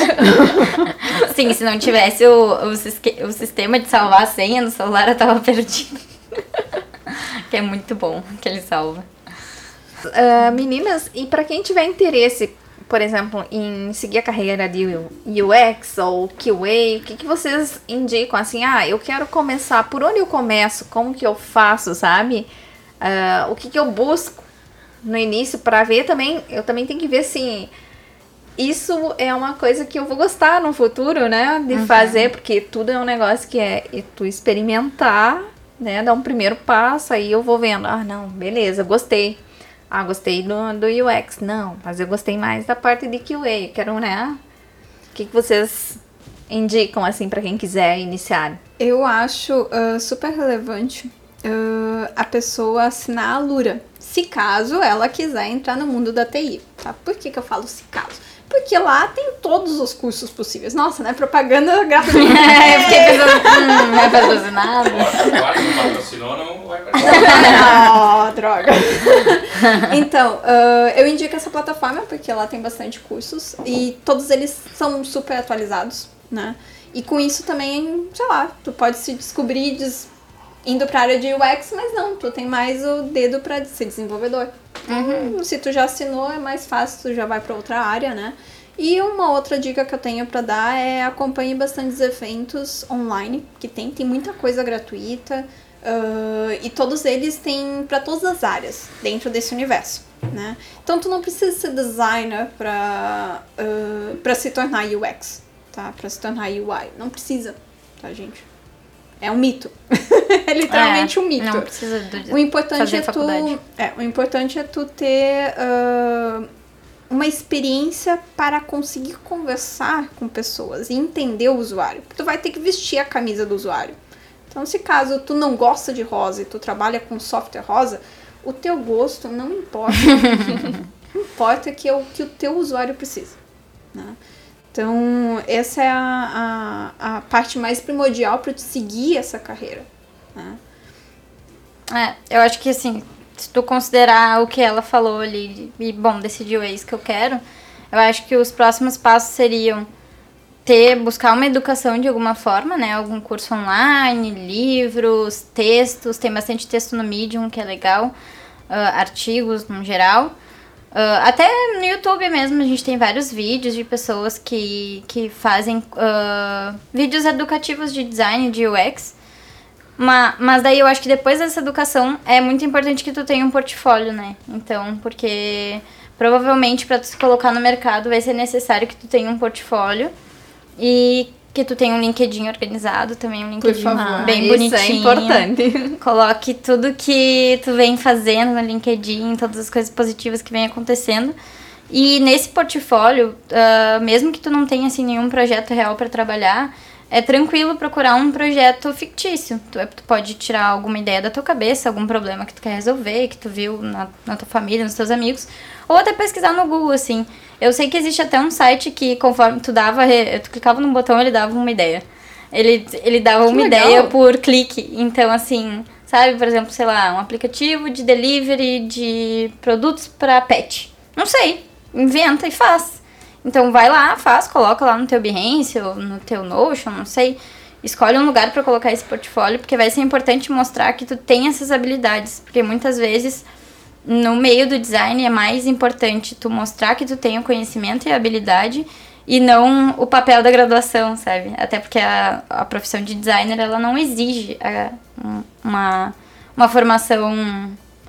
Speaker 4: Sim, se não tivesse o, o, sisque- o sistema de salvar a senha no celular, eu tava perdida. Que é muito bom que ele salva.
Speaker 1: Ah, meninas, e pra quem tiver interesse, por exemplo, em seguir a carreira de U X ou Q A, o que, que vocês indicam? Assim, ah, eu quero começar, por onde eu começo? Como que eu faço, sabe? Ah, o que, que eu busco no início pra ver também? Eu também tenho que ver se isso é uma coisa que eu vou gostar no futuro, né? De fazer, porque tudo é um negócio que é tu experimentar, né? Dar um primeiro passo, aí eu vou vendo, ah, não, beleza, gostei. Ah, gostei do, do U X. Não, mas eu gostei mais da parte de Q A. Eu quero, né? O que, que vocês indicam, assim, pra quem quiser iniciar?
Speaker 2: Eu acho ah, super relevante ah, a pessoa assinar a Lura, se caso ela quiser entrar no mundo da T I, tá? Por que que eu falo se caso? Porque lá tem todos os cursos possíveis. Nossa, né? Propaganda gratuita.
Speaker 4: É, eu fiquei pensando, hum, não é patrocinado.
Speaker 5: Agora que não patrocinou, não vai participar.
Speaker 2: Ah, droga. Então, ah, eu indico essa plataforma porque ela tem bastante cursos e todos eles são super atualizados, né? E com isso também, sei lá, tu pode se descobrir des- indo pra área de U X, mas não, tu tem mais o dedo pra ser desenvolvedor. Então, se tu já assinou, é mais fácil, tu já vai pra outra área, né? E uma outra dica que eu tenho pra dar é acompanhe bastantes eventos online, que tem, tem muita coisa gratuita, ah, e todos eles têm pra todas as áreas dentro desse universo, né? Então tu não precisa ser designer pra, ah, pra se tornar U X, tá? Pra se tornar U I, não precisa, tá, gente? É um mito. É literalmente
Speaker 4: É,
Speaker 2: um mito.
Speaker 4: Não precisa do,
Speaker 2: O importante
Speaker 4: fazer
Speaker 2: é
Speaker 4: faculdade.
Speaker 2: tu, é, o importante é tu ter ah, uma experiência para conseguir conversar com pessoas e entender o usuário. Porque tu vai ter que vestir a camisa do usuário. Então, se caso tu não gosta de rosa e tu trabalha com software rosa, o teu gosto não importa. O que importa é que é o que o teu usuário precisa, né? Então, essa é a, a, a parte mais primordial para tu seguir essa carreira, né?
Speaker 4: É, eu acho que assim, se tu considerar o que ela falou ali e, bom, decidiu é isso que eu quero, eu acho que os próximos passos seriam ter, buscar uma educação de alguma forma, né? Algum curso online, livros, textos, tem bastante texto no Medium, que é legal, ah, artigos no geral. Ah, até no YouTube mesmo, a gente tem vários vídeos de pessoas que, que fazem ah, vídeos educativos de design, de U X. Ma- Mas daí eu acho que depois dessa educação é muito importante que tu tenha um portfólio, né? Então, porque provavelmente para tu se colocar no mercado vai ser necessário que tu tenha um portfólio e que tu tenha um LinkedIn organizado também, um LinkedIn
Speaker 2: favor.
Speaker 4: bem
Speaker 1: Isso
Speaker 4: bonitinho.
Speaker 1: é importante.
Speaker 4: Coloque tudo que tu vem fazendo no LinkedIn, todas as coisas positivas que vem acontecendo. E nesse portfólio, uh, mesmo que tu não tenha assim, nenhum projeto real para trabalhar, é tranquilo procurar um projeto fictício. Tu, tu pode tirar alguma ideia da tua cabeça, algum problema que tu quer resolver, que tu viu na, na tua família, nos teus amigos, ou até pesquisar no Google, assim. Eu sei que existe até um site que, conforme tu dava, tu clicava num botão, ele dava uma ideia. Ele, ele dava uma
Speaker 2: legal.
Speaker 4: ideia por clique. Então, assim, sabe, por exemplo, sei lá, um aplicativo de delivery de produtos para pet. Não sei, inventa e faz. Então vai lá, faz, coloca lá no teu Behance ou no teu Notion, não sei. Escolhe um lugar para colocar esse portfólio, porque vai ser importante mostrar que tu tem essas habilidades. Porque muitas vezes, no meio do design, é mais importante tu mostrar que tu tem o conhecimento e a habilidade e não o papel da graduação, sabe? Até porque a, a profissão de designer, ela não exige a, uma, uma formação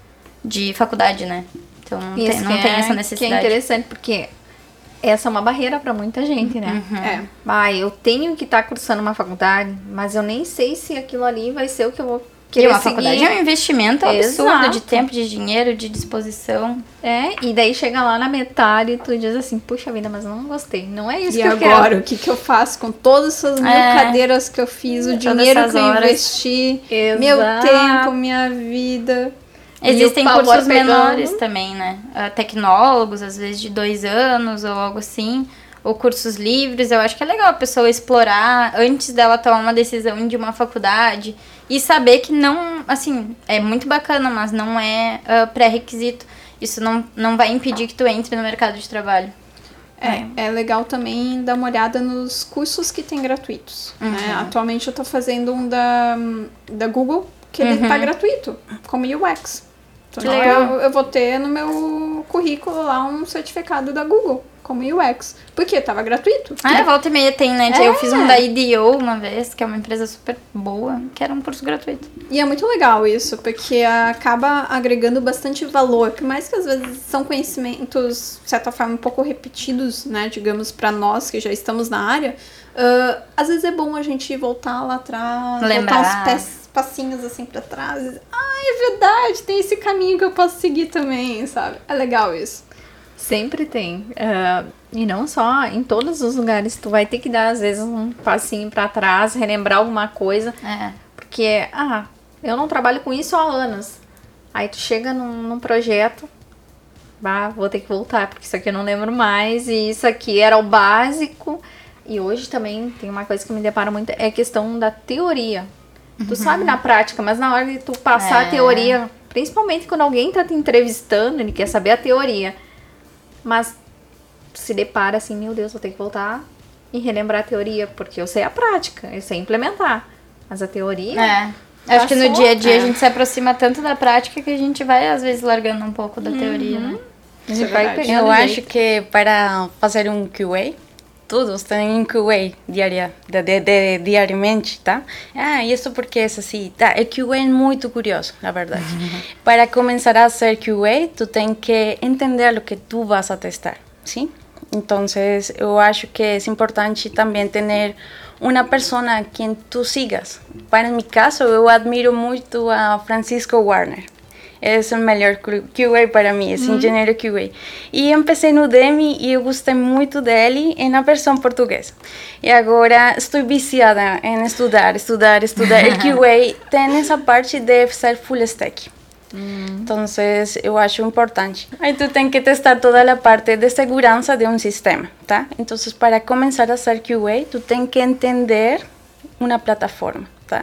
Speaker 4: de faculdade, né? Então não, tem, não tem
Speaker 1: é,
Speaker 4: essa necessidade.
Speaker 1: Que é interessante, porque essa é uma barreira para muita gente, né?
Speaker 4: Uhum.
Speaker 2: É.
Speaker 1: Ah, eu tenho que estar tá cursando uma faculdade, mas eu nem sei se aquilo ali vai ser o que eu vou
Speaker 4: E
Speaker 1: querer
Speaker 4: uma
Speaker 1: seguir.
Speaker 4: faculdade é um investimento absurdo
Speaker 1: Exato.
Speaker 4: de tempo, de dinheiro, de disposição.
Speaker 1: É, e daí chega lá na metade e tu diz assim, puxa vida, mas não gostei. Não é isso
Speaker 2: E
Speaker 1: que eu
Speaker 2: agora,
Speaker 1: quero.
Speaker 2: o que, que eu faço com todas essas mil
Speaker 4: É.
Speaker 2: cadeiras que eu fiz, o
Speaker 4: Todas
Speaker 2: dinheiro
Speaker 4: essas
Speaker 2: que eu
Speaker 4: horas.
Speaker 2: investi,
Speaker 1: Exato.
Speaker 2: meu tempo, minha vida.
Speaker 4: Existem
Speaker 1: E o pavor
Speaker 4: cursos
Speaker 1: pegando.
Speaker 4: menores também, né? Uh, tecnólogos, às vezes de dois anos ou algo assim. Ou cursos livres. Eu acho que é legal a pessoa explorar antes dela tomar uma decisão de uma faculdade. E saber que não, assim, é muito bacana, mas não é uh, pré-requisito. Isso não, não vai impedir que tu entre no mercado de trabalho.
Speaker 2: É, é legal também dar uma olhada nos cursos que tem gratuitos. Né? Atualmente eu tô fazendo um da, da Google, que ele
Speaker 4: Uhum.
Speaker 2: tá gratuito, como U X. Então,
Speaker 4: Que legal.
Speaker 2: Eu, eu vou ter no meu currículo lá um certificado da Google, como U X. Porque tava gratuito.
Speaker 4: Ah, volta e meia tem, né?
Speaker 2: É.
Speaker 4: Eu fiz um da I D O uma vez, que é uma empresa super boa, que era um curso gratuito.
Speaker 2: E é muito legal isso, porque acaba agregando bastante valor. Por mais que às vezes são conhecimentos, de certa forma, um pouco repetidos, né? Digamos, para nós que já estamos na área. Uh, às vezes é bom a gente voltar lá atrás,
Speaker 4: Lembrar.
Speaker 2: voltar uns pés, passinhos assim pra trás. E, ah, é verdade, tem esse caminho que eu posso seguir também, sabe? É legal isso.
Speaker 1: Sempre tem. Uh, e não só, em todos os lugares. Tu vai ter que dar, às vezes, um passinho pra trás, relembrar alguma coisa.
Speaker 4: É.
Speaker 1: Porque, ah, eu não trabalho com isso há anos. Aí tu chega num, num projeto, bah, vou ter que voltar, porque isso aqui eu não lembro mais. E isso aqui era o básico. E hoje também tem uma coisa que me depara muito, é a questão da teoria. Tu sabe na prática, mas na hora de tu passar
Speaker 4: É.
Speaker 1: a teoria, principalmente quando alguém tá te entrevistando, ele quer saber a teoria. Mas se depara assim, meu Deus, vou ter que voltar e relembrar a teoria, porque eu sei a prática, eu sei implementar. Mas a teoria...
Speaker 4: É. Acho que no
Speaker 1: Passou,
Speaker 4: dia a dia
Speaker 1: é.
Speaker 4: a gente se aproxima tanto da prática que a gente vai, às vezes, largando um pouco da teoria, né?
Speaker 1: A
Speaker 2: Isso é
Speaker 1: gente vai
Speaker 2: verdade.
Speaker 1: pegando
Speaker 3: Eu acho
Speaker 1: jeito.
Speaker 3: que para fazer um Q A, todos têm um Q A diária, de, de, de, diariamente, tá? Ah, e isso porque é assim, tá? O Q A é muito curioso, na verdade. Para começar a ser Q A, tu tem que entender o que tu vas a testar, sim? Então, eu acho que é importante também ter uma pessoa a quem tu sigas. Para mi caso, eu admiro muito a Francisco Warner. É o melhor Q A para mim, é engenheiro Q A. E empecé no Udemy e eu gostei muito dele e na versão portuguesa. E agora estou viciada em estudar, estudar, estudar. O Q A tem essa parte de ser full stack. Então, eu acho importante. Aí tu tem que testar toda a parte de segurança de um sistema, tá? Então, para começar a ser Q A, tu tem que entender uma plataforma, tá?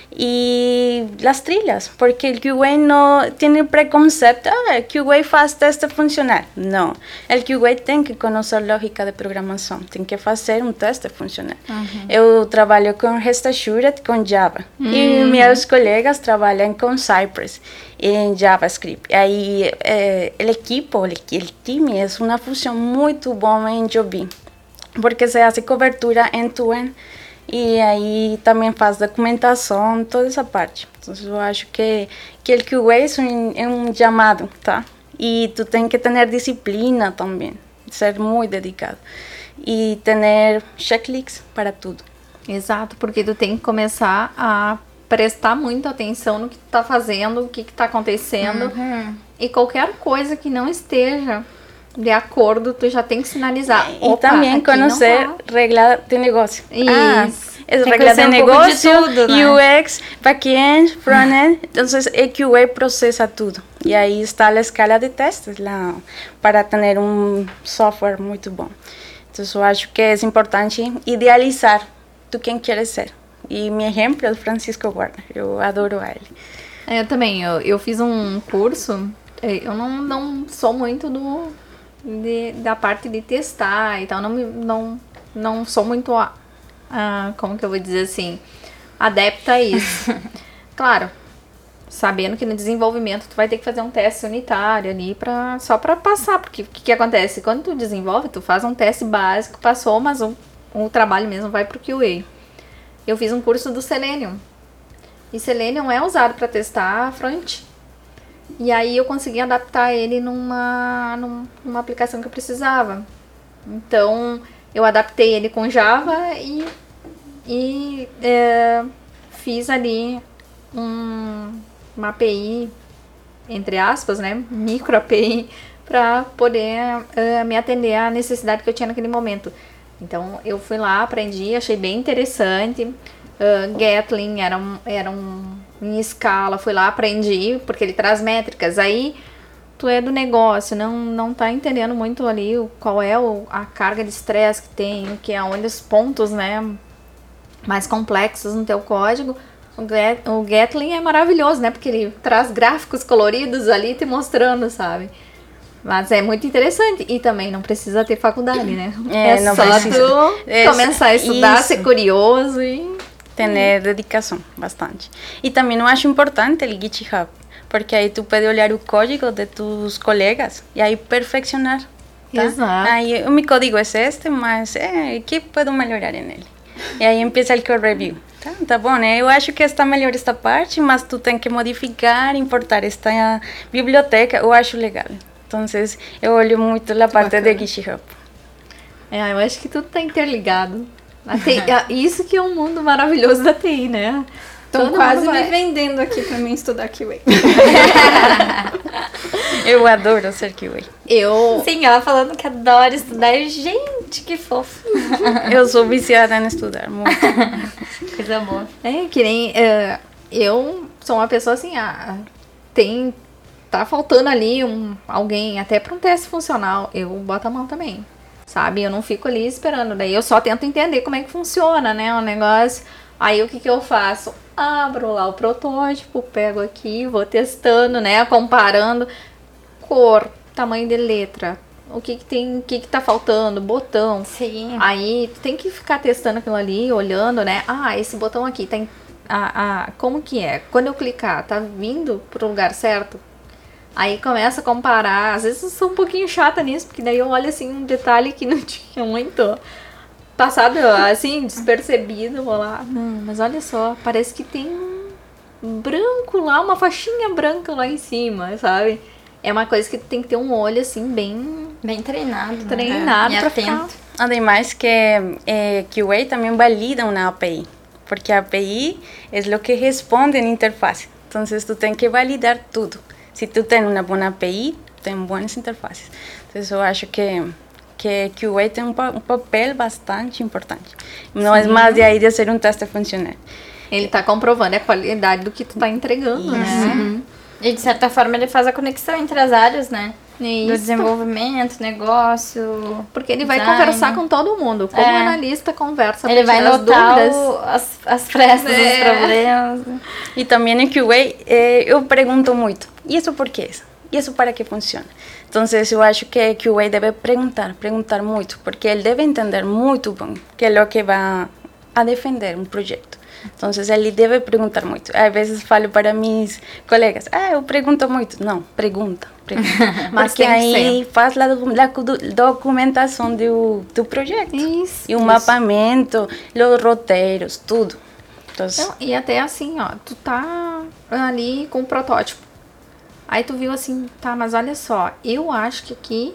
Speaker 3: Y las trilhas, porque el Q A no tiene preconcepto, ah, el Q A faz teste funcional. No, el Q A tem que conhecer lógica de programação, tem que fazer um teste funcional. Uhum. Eu trabalho com Rest Assured, com Java, uhum. e meus colegas trabalham com Cypress, em JavaScript. Aí, eh, o equipo, o time, é uma função muito boa em Jobim, porque se faz cobertura end-to-end. E aí também faz documentação, toda essa parte. Então, eu acho que, que o Q A é um, é um chamado, tá? E tu tem que ter disciplina também, ser muito dedicado. E ter checklists para tudo.
Speaker 1: Exato, porque tu tem que começar a prestar muita atenção no que tu tá fazendo, o que que tá acontecendo.
Speaker 4: Uhum.
Speaker 1: E qualquer coisa que não esteja de acordo, tu já tem que sinalizar.
Speaker 3: E também conhecer regra de negócio.
Speaker 1: Isso.
Speaker 3: Ah, é
Speaker 4: Tem
Speaker 3: regra de
Speaker 4: um pouco de
Speaker 3: negócio,
Speaker 4: tudo, né?
Speaker 3: U X, back-end, front-end. Então, o Q A processa tudo. E aí está a escala de testes lá, para ter um software muito bom. Então, eu acho que é importante idealizar tu quem queres ser. E meu exemplo é o Francisco Guarda. Eu adoro ele.
Speaker 1: Eu também, eu, eu fiz um curso, eu não, não sou muito do, de, da parte de testar e tal, não, me, não, não sou muito, a, a, como que eu vou dizer assim, adepta a isso. Claro, sabendo que no desenvolvimento tu vai ter que fazer um teste unitário ali pra, só para passar, porque o que, que acontece? Quando tu desenvolve, tu faz um teste básico, passou, mas o, o trabalho mesmo vai pro Q A. Eu fiz um curso do Selenium. E Selenium é usado para testar front. E aí eu consegui adaptar ele numa, numa aplicação que eu precisava. Então, eu adaptei ele com Java e, e é, fiz ali um, uma A P I, entre aspas, né? Micro A P I, para poder uh, me atender à necessidade que eu tinha naquele momento. Então, eu fui lá, aprendi, achei bem interessante. Uh, Gatling era, um, era um em escala, fui lá, aprendi, porque ele traz métricas. Aí, tu é do negócio, não, não tá entendendo muito ali o, qual é o, a carga de estresse que tem, o que é onde os pontos, né, mais complexos no teu código. O, Gat, o Gatling é maravilhoso, né, porque ele traz gráficos coloridos ali te mostrando, sabe? Mas é muito interessante. E também não precisa ter faculdade, né?
Speaker 3: É,
Speaker 1: é
Speaker 3: não
Speaker 1: só
Speaker 3: precisa.
Speaker 1: tu
Speaker 3: É,
Speaker 1: começar a estudar,
Speaker 3: isso.
Speaker 1: ser curioso e...
Speaker 3: Ter dedicação, bastante. E também eu acho importante o GitHub, porque aí tu pode olhar o código de tus colegas e aí perfeccionar. Tá?
Speaker 1: Exato.
Speaker 3: Aí o meu código é este, mas é, que posso melhorar nele? E aí empieza o code review. Tá, tá bom, né? Eu acho que está melhor esta parte, mas tu tem que modificar, importar esta biblioteca. Eu acho legal. Então, eu olho muito a parte de GitHub.
Speaker 1: É, eu acho que tudo tá interligado. A T I, isso que é um mundo maravilhoso da T I, né?
Speaker 2: Estão quase me vendendo aqui pra mim estudar Q A.
Speaker 3: Eu adoro ser Q A.
Speaker 1: Eu...
Speaker 4: Sim, ela falando que adora estudar. Gente, que fofo.
Speaker 3: Eu sou viciada em estudar, muito.
Speaker 4: Coisa boa.
Speaker 1: É, que nem... Uh, eu sou uma pessoa assim, ah, tem... Tá faltando ali um, alguém, até pra um teste funcional, eu boto a mão também. Sabe? Eu não fico ali esperando. Daí eu só tento entender como é que funciona, né? O negócio. Aí o que que eu faço? Abro lá o protótipo, pego aqui, vou testando, né? Comparando cor, tamanho de letra, o que que tem, o que que tá faltando, botão.
Speaker 4: Sim.
Speaker 1: Aí tu tem que ficar testando aquilo ali, olhando, né? Ah, esse botão aqui tem... Ah, ah, como que é? Quando eu clicar, tá vindo pro lugar certo? Aí começa a comparar, às vezes eu sou um pouquinho chata nisso, porque daí eu olho assim um detalhe que não tinha muito passado, assim, despercebido, vou lá, não, mas olha só, parece que tem um branco lá, uma faixinha branca lá em cima, sabe? É uma coisa que tem que ter um olho assim, bem...
Speaker 4: Bem treinado.
Speaker 1: Treinado
Speaker 4: né?
Speaker 1: pra
Speaker 4: atento.
Speaker 1: ficar...
Speaker 3: Ademais que eh, Q A também valida uma A P I, porque a A P I é o que responde na interface, então tu tem que validar tudo. Se tu tem uma boa A P I, tem boas interfaces. Então, eu acho que, que Q A tem um, um papel bastante importante. Não Sim. é mais de aí de ser um teste funcional.
Speaker 1: Ele está comprovando a qualidade do que tu está entregando, Isso. né?
Speaker 4: Uhum. E, de certa forma, ele faz a conexão entre as áreas, né?
Speaker 1: Isso.
Speaker 4: Do desenvolvimento, negócio...
Speaker 1: Porque ele vai
Speaker 4: design.
Speaker 1: conversar com todo mundo. Como é. analista conversa
Speaker 4: ele vai notar
Speaker 1: as,
Speaker 4: o, as, as frestas, é. os problemas.
Speaker 3: E também no Q A, eh, eu pergunto muito. E isso por quê? E isso para que funciona? Então, eu acho que Q A deve perguntar, perguntar muito, porque ele deve entender muito bem que é o que vai a defender um projeto. Então, ele deve perguntar muito. Às vezes falo para meus colegas, ah, eu pergunto muito. Não, pergunta. pergunta.
Speaker 1: Mas
Speaker 3: porque aí faz a, a documentação do, do projeto.
Speaker 1: Isso.
Speaker 3: E o
Speaker 1: isso.
Speaker 3: mapeamento, os roteiros, tudo. Então,
Speaker 1: Não, e até assim, ó, tu tá ali com o protótipo. Aí tu viu assim, tá, mas olha só, eu acho que aqui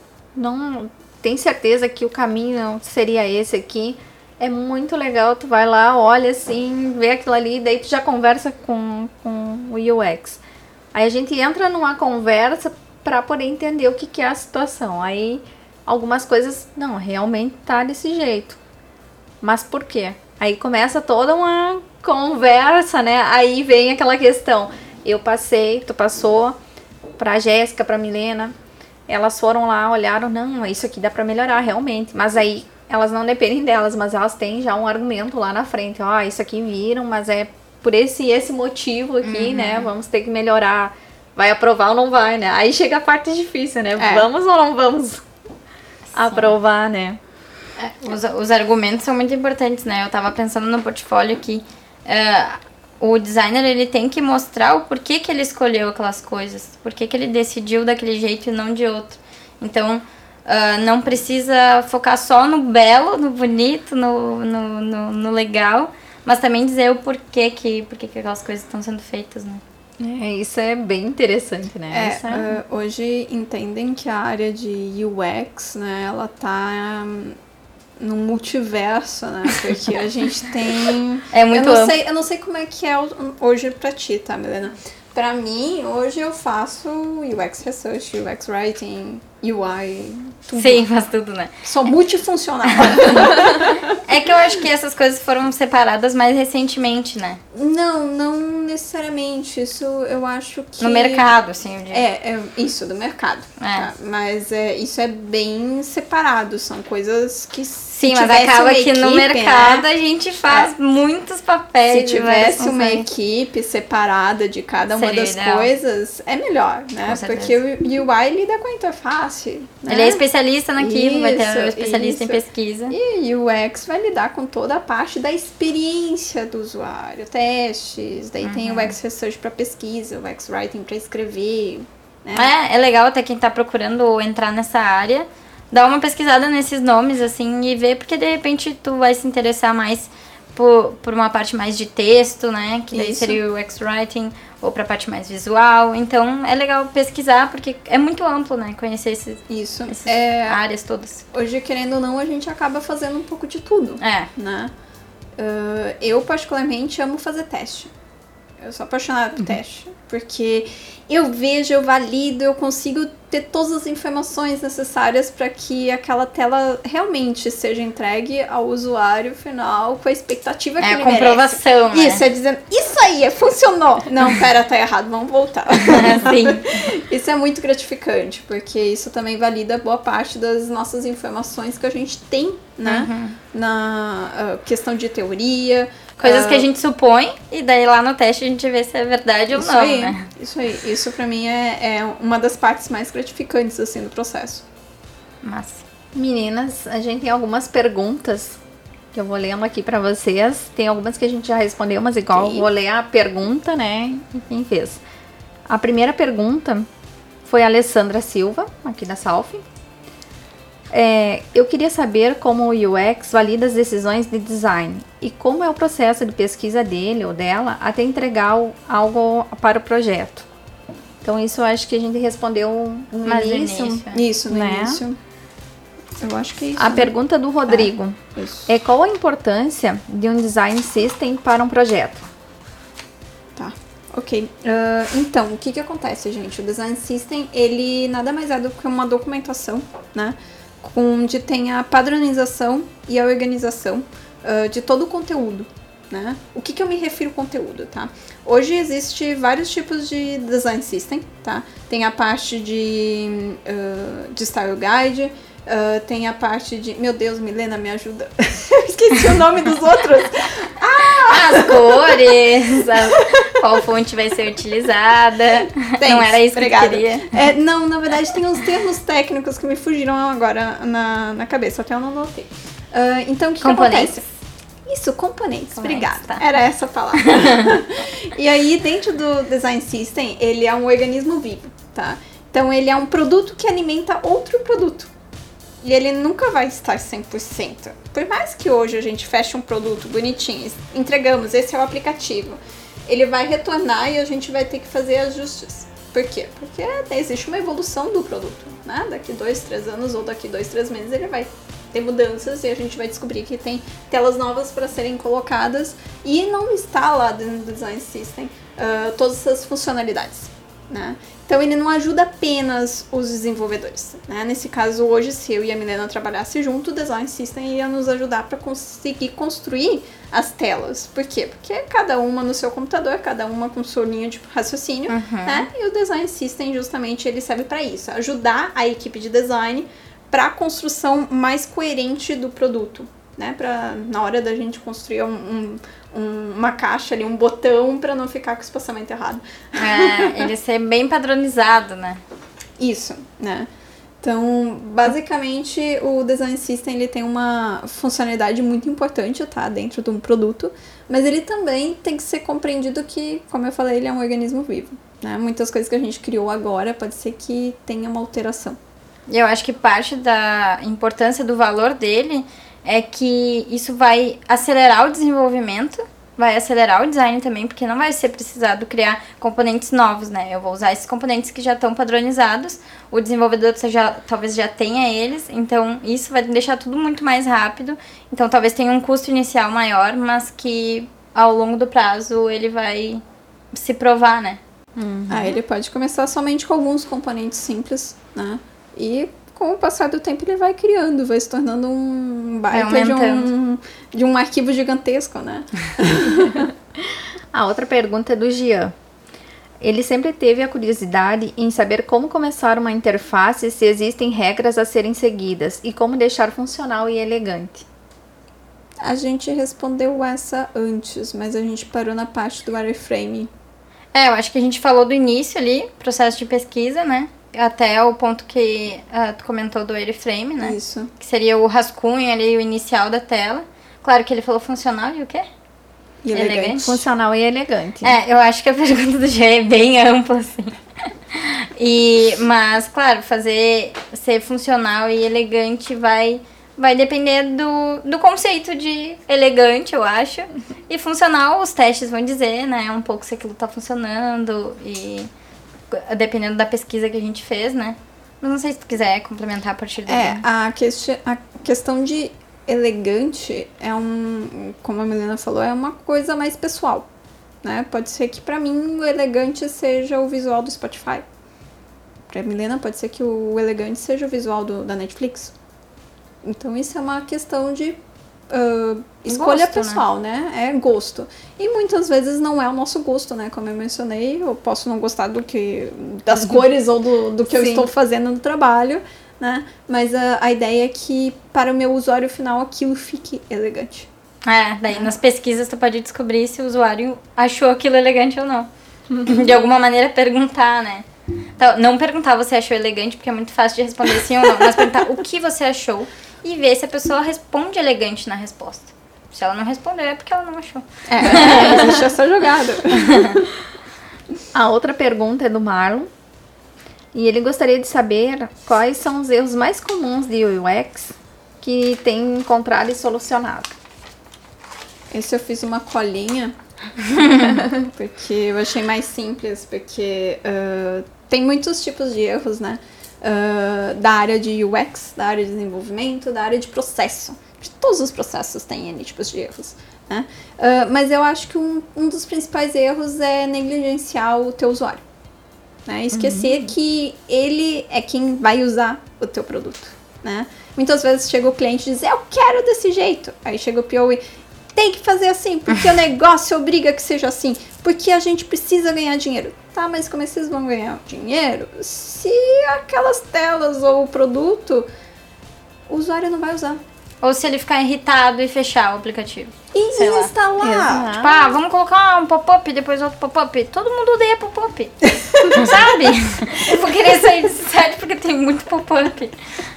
Speaker 1: não tem certeza que o caminho seria esse aqui. É muito legal, tu vai lá, olha assim, vê aquilo ali, daí tu já conversa com, com o U X. Aí a gente entra numa conversa para poder entender o que, que é a situação. Aí algumas coisas, não, realmente tá desse jeito. Mas por quê? Aí começa toda uma conversa, né? Aí vem aquela questão. Eu passei, tu passou, pra Jéssica, pra Milena. Elas foram lá, olharam, não, isso aqui dá pra melhorar realmente. Mas aí elas não dependem delas, mas elas têm já um argumento lá na frente. Ó, isso aqui viram, mas é por esse esse motivo aqui, uhum. né? Vamos ter que melhorar. Vai aprovar ou não vai, né? Aí chega a parte difícil, né? É. Vamos ou não vamos Sim. aprovar, né?
Speaker 4: É, os, os argumentos são muito importantes, né? Eu tava pensando no portfólio aqui. Uh, o designer, ele tem que mostrar o porquê que ele escolheu aquelas coisas. Porquê que ele decidiu daquele jeito e não de outro. Então, uh, não precisa focar só no belo, no bonito, no, no, no, no legal, mas também dizer o porquê que, porquê que aquelas coisas estão sendo feitas, né?
Speaker 1: É, isso é bem interessante, né?
Speaker 2: É, é... Uh, hoje entendem que a área de U X, né, ela tá um, no multiverso, né? Porque a gente tem...
Speaker 4: É muito
Speaker 2: eu não
Speaker 4: amplo.
Speaker 2: sei, eu não sei como é que é hoje pra ti, tá, Milena? Pra mim, hoje eu faço U X Research, U X Writing, U I, tudo.
Speaker 4: Sim, faz tudo, né?
Speaker 2: Sou multifuncional.
Speaker 4: É que eu acho que essas coisas foram separadas mais recentemente, né?
Speaker 2: Não, não necessariamente. Isso eu acho que...
Speaker 4: No mercado, assim, eu diria.
Speaker 2: É, é isso, do mercado.
Speaker 4: É.
Speaker 2: Tá? Mas é, isso é bem separado. São coisas que...
Speaker 4: Sim, mas acaba que no mercado, né, a gente faz é. muitos papéis.
Speaker 2: Se tivesse uma equipe separada de cada uma
Speaker 4: Seria
Speaker 2: das
Speaker 4: ideal.
Speaker 2: coisas, é melhor, né? Porque o U I lida com a interface. Né?
Speaker 4: Ele é especialista naquilo,
Speaker 2: isso,
Speaker 4: vai ter um especialista
Speaker 2: isso.
Speaker 4: em pesquisa.
Speaker 2: E o U X vai lidar com toda a parte da experiência do usuário, testes, daí uhum. tem o U X Research para pesquisa, o U X Writing para escrever. Né?
Speaker 4: É, é legal até quem tá procurando entrar nessa área, dar uma pesquisada nesses nomes, assim, e ver, porque de repente tu vai se interessar mais por, por uma parte mais de texto, né, que daí Isso. seria o U X Writing, ou pra parte mais visual, então é legal pesquisar, porque é muito amplo, né, conhecer esses,
Speaker 2: Isso.
Speaker 4: essas
Speaker 2: é,
Speaker 4: áreas todas.
Speaker 2: Hoje, querendo ou não, a gente acaba fazendo um pouco de tudo,
Speaker 4: é.
Speaker 2: né, uh, eu particularmente amo fazer teste. Eu sou apaixonada por uhum. teste, porque eu vejo, eu valido, eu consigo ter todas as informações necessárias para que aquela tela realmente seja entregue ao usuário final com a expectativa que
Speaker 4: é
Speaker 2: ele
Speaker 4: a comprovação,
Speaker 2: merece.
Speaker 4: Né?
Speaker 2: Isso, é dizendo, isso aí, funcionou. Não, pera, tá errado, vamos voltar.
Speaker 4: Sim.
Speaker 2: Isso é muito gratificante, porque isso também valida boa parte das nossas informações que a gente tem, né,
Speaker 4: uhum.
Speaker 2: na uh, questão de teoria.
Speaker 4: Coisas
Speaker 2: uh,
Speaker 4: que a gente supõe, e daí lá no teste a gente vê se é verdade ou não,
Speaker 2: aí,
Speaker 4: né?
Speaker 2: Isso aí, isso pra mim é, é uma das partes mais gratificantes, assim, do processo.
Speaker 4: Massa.
Speaker 1: Meninas, a gente tem algumas perguntas que eu vou lendo aqui pra vocês. Tem algumas que a gente já respondeu, mas igual Sim. vou ler a pergunta, né, e quem fez. A primeira pergunta foi a Alessandra Silva, aqui da Salf. É, eu queria saber como o U X valida as decisões de design e como é o processo de pesquisa dele ou dela até entregar o, algo para o projeto. Então isso eu acho que a gente respondeu no
Speaker 4: Mas
Speaker 1: início.
Speaker 4: início é.
Speaker 2: Isso, no
Speaker 1: né?
Speaker 2: início. Eu acho que é isso.
Speaker 1: A
Speaker 2: né?
Speaker 1: pergunta do Rodrigo é, é qual a importância de um design system para um projeto?
Speaker 2: Tá. Ok, uh, então, o que que acontece, gente? O Design System, ele nada mais é do que uma documentação, né? Onde tem a padronização e a organização uh, de todo o conteúdo, né? O que que eu me refiro conteúdo, tá? Hoje existe vários tipos de Design System, tá? Tem a parte de, uh, de Style Guide, uh, tem a parte de... Meu Deus, Milena, me ajuda. Eu esqueci o nome dos outros.
Speaker 4: Ah! As cores, a, qual fonte vai ser utilizada. Thanks, não era isso obrigada. que eu queria.
Speaker 2: É, não, na verdade tem uns termos técnicos que me fugiram agora na, na cabeça, até eu não notei. Uh, então, o que, que acontece? Isso, componentes, componentes obrigada. Tá. Era essa a palavra. E aí, dentro do Design System, ele é um organismo vivo, tá? Então, ele é um produto que alimenta outro produto. E ele nunca vai estar cem por cento. Por mais que hoje a gente feche um produto bonitinho, entregamos, esse é o aplicativo, ele vai retornar e a gente vai ter que fazer ajustes. Por quê? Porque existe uma evolução do produto, né? Daqui dois, três anos ou daqui dois, três meses ele vai ter mudanças e a gente vai descobrir que tem telas novas para serem colocadas e não está lá dentro do Design System uh, todas essas funcionalidades. né? Então ele não ajuda apenas os desenvolvedores, né? Nesse caso, hoje, se eu e a Milena trabalhassem junto, o Design System ia nos ajudar para conseguir construir as telas. Por quê? Porque cada uma no seu computador, cada uma com sua linha de raciocínio,
Speaker 4: Uhum.
Speaker 2: né? E o Design System, justamente, ele serve para isso, ajudar a equipe de design para a construção mais coerente do produto, né? Pra, na hora da gente construir um, um, um, uma caixa ali, um botão, para não ficar com o espaçamento errado.
Speaker 4: É, ele ser bem padronizado, né?
Speaker 2: Isso, né? Então, basicamente, o Design System ele tem uma funcionalidade muito importante, tá? Dentro de um produto, mas ele também tem que ser compreendido que, como eu falei, ele é um organismo vivo, né? Muitas coisas que a gente criou agora pode ser que tenha uma alteração.
Speaker 4: E eu acho que parte da importância do valor dele é que isso vai acelerar o desenvolvimento, vai acelerar o design também, porque não vai ser precisado criar componentes novos, né? Eu vou usar esses componentes que já estão padronizados, o desenvolvedor já, talvez já tenha eles, então isso vai deixar tudo muito mais rápido. Então talvez tenha um custo inicial maior, mas que ao longo do prazo ele vai se provar, né?
Speaker 2: Uhum. Ah, ele pode começar somente com alguns componentes simples, né? E com o passar do tempo ele vai criando, vai se tornando um baita de um, de um arquivo gigantesco, né?
Speaker 1: A outra pergunta é do Gian. Ele sempre teve a curiosidade em saber como começar uma interface, se existem regras a serem seguidas e como deixar funcional e elegante.
Speaker 2: A gente respondeu essa antes, mas a gente parou na parte do wireframe.
Speaker 4: É, eu acho que a gente falou do início ali, processo de pesquisa, né? Até o ponto que uh, tu comentou do wireframe, né?
Speaker 2: Isso.
Speaker 4: Que seria o rascunho ali, o inicial da tela. Claro que ele falou funcional e o quê?
Speaker 2: E elegante.
Speaker 4: Elegante.
Speaker 1: Funcional e elegante.
Speaker 4: É, eu acho que a pergunta do G é bem ampla, assim. E, mas, claro, fazer ser funcional e elegante vai, vai depender do, do conceito de elegante, eu acho. E funcional, os testes vão dizer, né? Um pouco se aquilo tá funcionando e dependendo da pesquisa que a gente fez, né? Mas não sei se tu quiser complementar a partir daí.
Speaker 2: É, a, questi- a questão de elegante é um, como a Milena falou, é uma coisa mais pessoal, né? Pode ser que pra mim o elegante seja o visual do Spotify. Pra Milena pode ser que o elegante seja o visual do, da Netflix. Então isso é uma questão de uh, escolha
Speaker 4: Gosto,
Speaker 2: pessoal, né? né? É gosto. E muitas vezes não é o nosso gosto, né? Como eu mencionei, eu posso não gostar do que das cores ou do, do que eu
Speaker 1: Sim.
Speaker 2: estou fazendo no trabalho, né? Mas a, a ideia é que para o meu usuário final aquilo fique elegante.
Speaker 4: É, daí nas pesquisas tu pode descobrir se o usuário achou aquilo elegante ou não. De alguma maneira perguntar, né? Então, não perguntar você achou elegante, porque é muito fácil de responder sim ou não, mas perguntar o que você achou e ver se a pessoa responde elegante na resposta. Se ela não respondeu, é porque ela não achou.
Speaker 2: É, existe essa jogada.
Speaker 1: A outra pergunta é do Marlon. E ele gostaria de saber quais são os erros mais comuns de U X que tem encontrado e solucionado.
Speaker 2: Esse eu fiz uma colinha, porque eu achei mais simples, porque uh, tem muitos tipos de erros, né? Uh, da área de U X, da área de desenvolvimento, da área de processo. De todos os processos têm N tipos de erros, né? Uh, mas eu acho que um, um dos principais erros é negligenciar o teu usuário. Né? Esquecer uhum. que ele é quem vai usar o teu produto, né? Muitas vezes chega o cliente e diz, eu quero desse jeito. Aí chega o P O e tem que fazer assim, porque o negócio obriga que seja assim, porque a gente precisa ganhar dinheiro. Tá, mas como é que vocês vão ganhar dinheiro se aquelas telas ou o produto o usuário não vai usar?
Speaker 4: Ou se ele ficar irritado e fechar o aplicativo.
Speaker 2: E
Speaker 4: sei
Speaker 2: instalar.
Speaker 4: Lá. Tipo, ah, vamos colocar um pop-up, depois outro pop-up. Todo mundo odeia pop-up. Sabe? Eu vou querer sair desse site porque tem muito pop-up.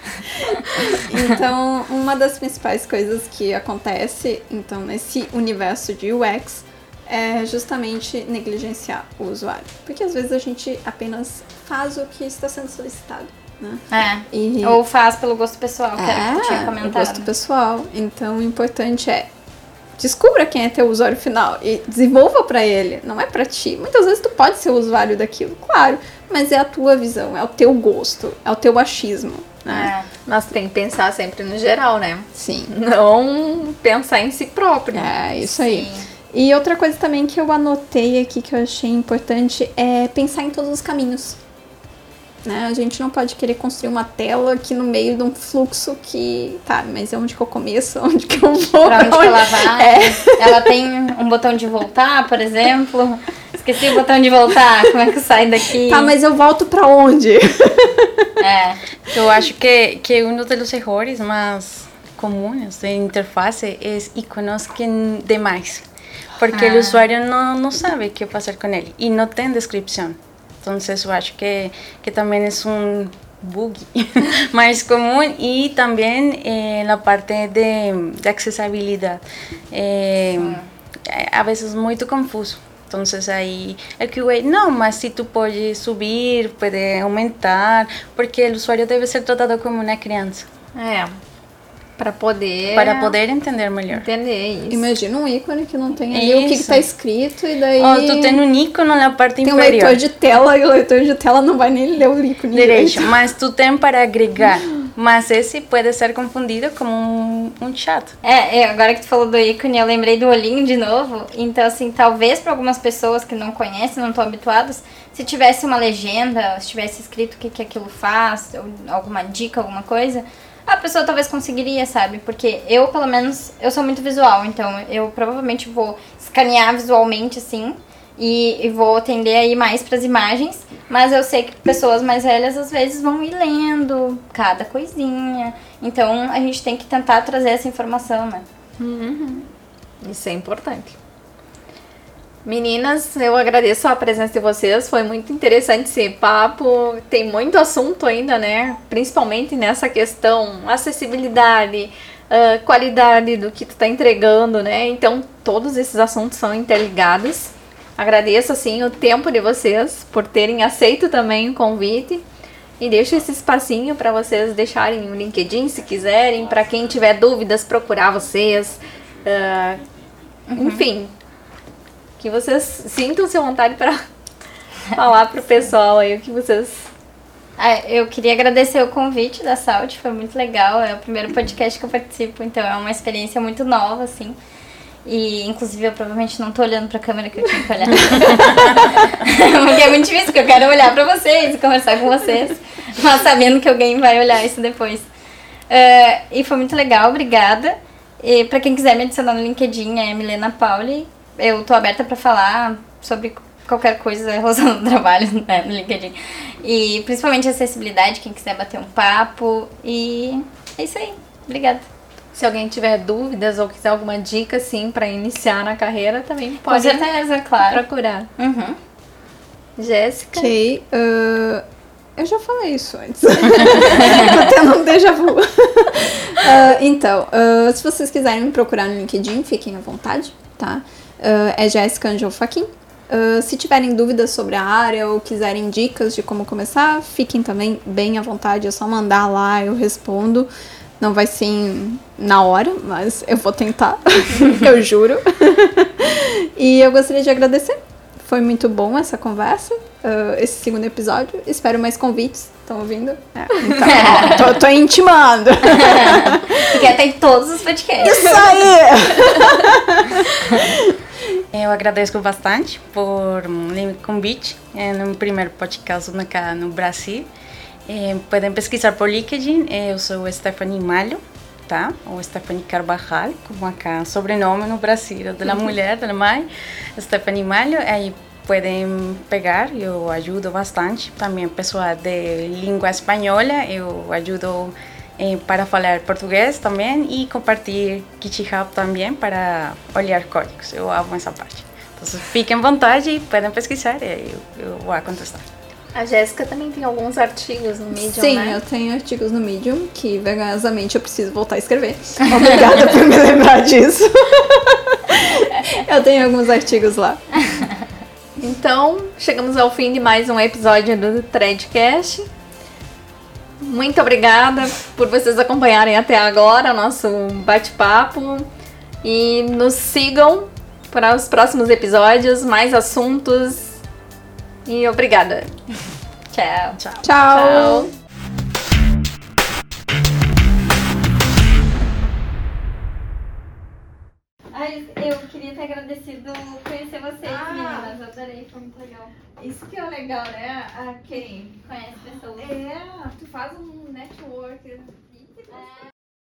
Speaker 2: Então, uma das principais coisas que acontece, então, nesse universo de U X é justamente negligenciar o usuário. Porque às vezes a gente apenas faz o que está sendo solicitado. Né?
Speaker 4: É,
Speaker 2: e...
Speaker 4: ou faz pelo gosto pessoal, que
Speaker 2: é,
Speaker 4: era o que tu tinha comentado.
Speaker 2: Gosto pessoal. Então, o importante é descubra quem é teu usuário final e desenvolva pra ele, não é pra ti. Muitas vezes tu pode ser o usuário daquilo, claro, mas é a tua visão, é o teu gosto, é o teu achismo, né?
Speaker 1: É, mas tem que pensar sempre no geral, né?
Speaker 2: Sim.
Speaker 1: Não pensar em si próprio.
Speaker 2: É, isso aí.
Speaker 4: Sim.
Speaker 2: E outra coisa também que eu anotei aqui que eu achei importante é pensar em todos os caminhos. Né? A gente não pode querer construir uma tela aqui no meio de um fluxo que... Tá, mas é onde que eu começo? Onde que eu vou?
Speaker 4: Pra onde, onde que ela vai? É. Ela tem um botão de voltar, por exemplo. Esqueci o botão de voltar. Como é que eu saio daqui?
Speaker 2: Tá, mas eu volto pra onde?
Speaker 3: É. Eu acho que, que um dos erros mais comuns de interface é íconos que demais. Porque ah. o usuário não, não sabe o que fazer com ele. E não tem descrição. Então, eu acho que, que também é um bug mais comum e também eh, na parte de, de acessibilidade. Eh, é, a vezes muito confuso. Então, aí, o Q A, não, mas se tu pode subir, pode aumentar, porque o usuário deve ser tratado como uma criança.
Speaker 1: É. Para poder...
Speaker 3: Para poder entender melhor.
Speaker 1: Entender isso.
Speaker 2: Imagina um ícone que não tem ali isso. O que está escrito e daí...
Speaker 3: Oh, tu tem um ícone na parte
Speaker 2: tem
Speaker 3: inferior.
Speaker 2: Tem um leitor de tela e o leitor de tela não vai nem ler o ícone
Speaker 3: direito.
Speaker 2: direito.
Speaker 3: Mas tu tem para agregar. Mas esse pode ser confundido como um, um chat.
Speaker 4: É, é, agora que tu falou do ícone, eu lembrei do olhinho de novo. Então, assim, talvez para algumas pessoas que não conhecem, não estão habituadas, se tivesse uma legenda, se tivesse escrito o que, que aquilo faz, ou alguma dica, alguma coisa... a pessoa talvez conseguiria, sabe? Porque eu, pelo menos, eu sou muito visual, então eu provavelmente vou escanear visualmente, assim, e, e vou tender a ir mais pras imagens, mas eu sei que pessoas mais velhas, às vezes, vão ir lendo cada coisinha, então a gente tem que tentar trazer essa informação, né?
Speaker 1: Uhum. Isso é importante. Meninas, eu agradeço a presença de vocês, foi muito interessante esse papo, tem muito assunto ainda, né? Principalmente nessa questão, acessibilidade, uh, qualidade do que tu tá entregando, né? Então, todos esses assuntos são interligados. Agradeço, assim, o tempo de vocês por terem aceito também o convite e deixo esse espacinho para vocês deixarem o LinkedIn, se quiserem, para quem tiver dúvidas, procurar vocês, uh, uhum. enfim... que vocês sintam-se à vontade para falar pro pessoal aí o que vocês...
Speaker 4: Ah, eu queria agradecer o convite da Salt, foi muito legal, é o primeiro podcast que eu participo, então é uma experiência muito nova, assim. E, inclusive, eu provavelmente não tô olhando pra câmera que eu tinha que olhar. Porque é muito difícil, porque eu quero olhar pra vocês e conversar com vocês, mas sabendo que alguém vai olhar isso depois. Uh, e foi muito legal, obrigada. E pra quem quiser me adicionar no LinkedIn, é Milena Pauli. Eu tô aberta pra falar sobre qualquer coisa relacionada ao trabalho, né, no LinkedIn. E principalmente acessibilidade, quem quiser bater um papo. E é isso aí. Obrigada.
Speaker 1: Se alguém tiver dúvidas ou quiser alguma dica, assim, pra iniciar na carreira, também pode...
Speaker 4: Com certeza, claro.
Speaker 1: Procurar.
Speaker 4: Uhum.
Speaker 1: Jéssica?
Speaker 2: Ok. Uh, eu já falei isso antes. Tô tendo um déjà vu. uh, então, uh, se vocês quiserem me procurar no LinkedIn, fiquem à vontade, tá? Uh, é Jéssica Angel Fachin. Uh, se tiverem dúvidas sobre a área ou quiserem dicas de como começar, fiquem também bem à vontade, é só mandar lá, eu respondo. Não vai ser na hora, mas eu vou tentar, eu juro. E eu gostaria de agradecer. Foi muito bom essa conversa, uh, esse segundo episódio. Espero mais convites. Estão ouvindo? É, então, ó, tô, tô intimando.
Speaker 4: Tu quer ter todos os podcasts.
Speaker 2: Isso aí!
Speaker 3: Eu agradeço bastante por o convite no primeiro podcast acá no Brasil. Eh, podem pesquisar por LinkedIn, eu sou Stephanie Malho, tá? Ou Stephanie Carvajal, como acá, sobrenome no Brasil, da mulher, da mãe, Stephanie Malho, aí podem pegar, eu ajudo bastante, também pessoal de língua espanhola, eu ajudo eh, para falar português também e compartilhar GitHub também para olhar códigos, eu amo essa parte. Então fiquem à vontade e podem pesquisar, e eu, eu vou contestar.
Speaker 1: A Jéssica também tem alguns artigos no Medium,
Speaker 2: Sim,
Speaker 1: né?
Speaker 2: eu tenho artigos no Medium que, vergonhosamente, eu preciso voltar a escrever. Obrigada por me lembrar disso. Eu tenho alguns artigos lá.
Speaker 1: Então, chegamos ao fim de mais um episódio do Threadcast. Muito obrigada por vocês acompanharem até agora o nosso bate-papo. E nos sigam para os próximos episódios, mais assuntos. E obrigada.
Speaker 4: Tchau.
Speaker 1: Tchau.
Speaker 2: Tchau.
Speaker 1: Tchau.
Speaker 4: Ai, eu queria pegar agradecido conhecer vocês,
Speaker 1: Ah.
Speaker 4: meninas. Eu adorei, foi muito legal.
Speaker 1: Isso que é legal, né? Ah, quem
Speaker 4: Conhece pessoas.
Speaker 1: é, tu faz um network.
Speaker 4: É.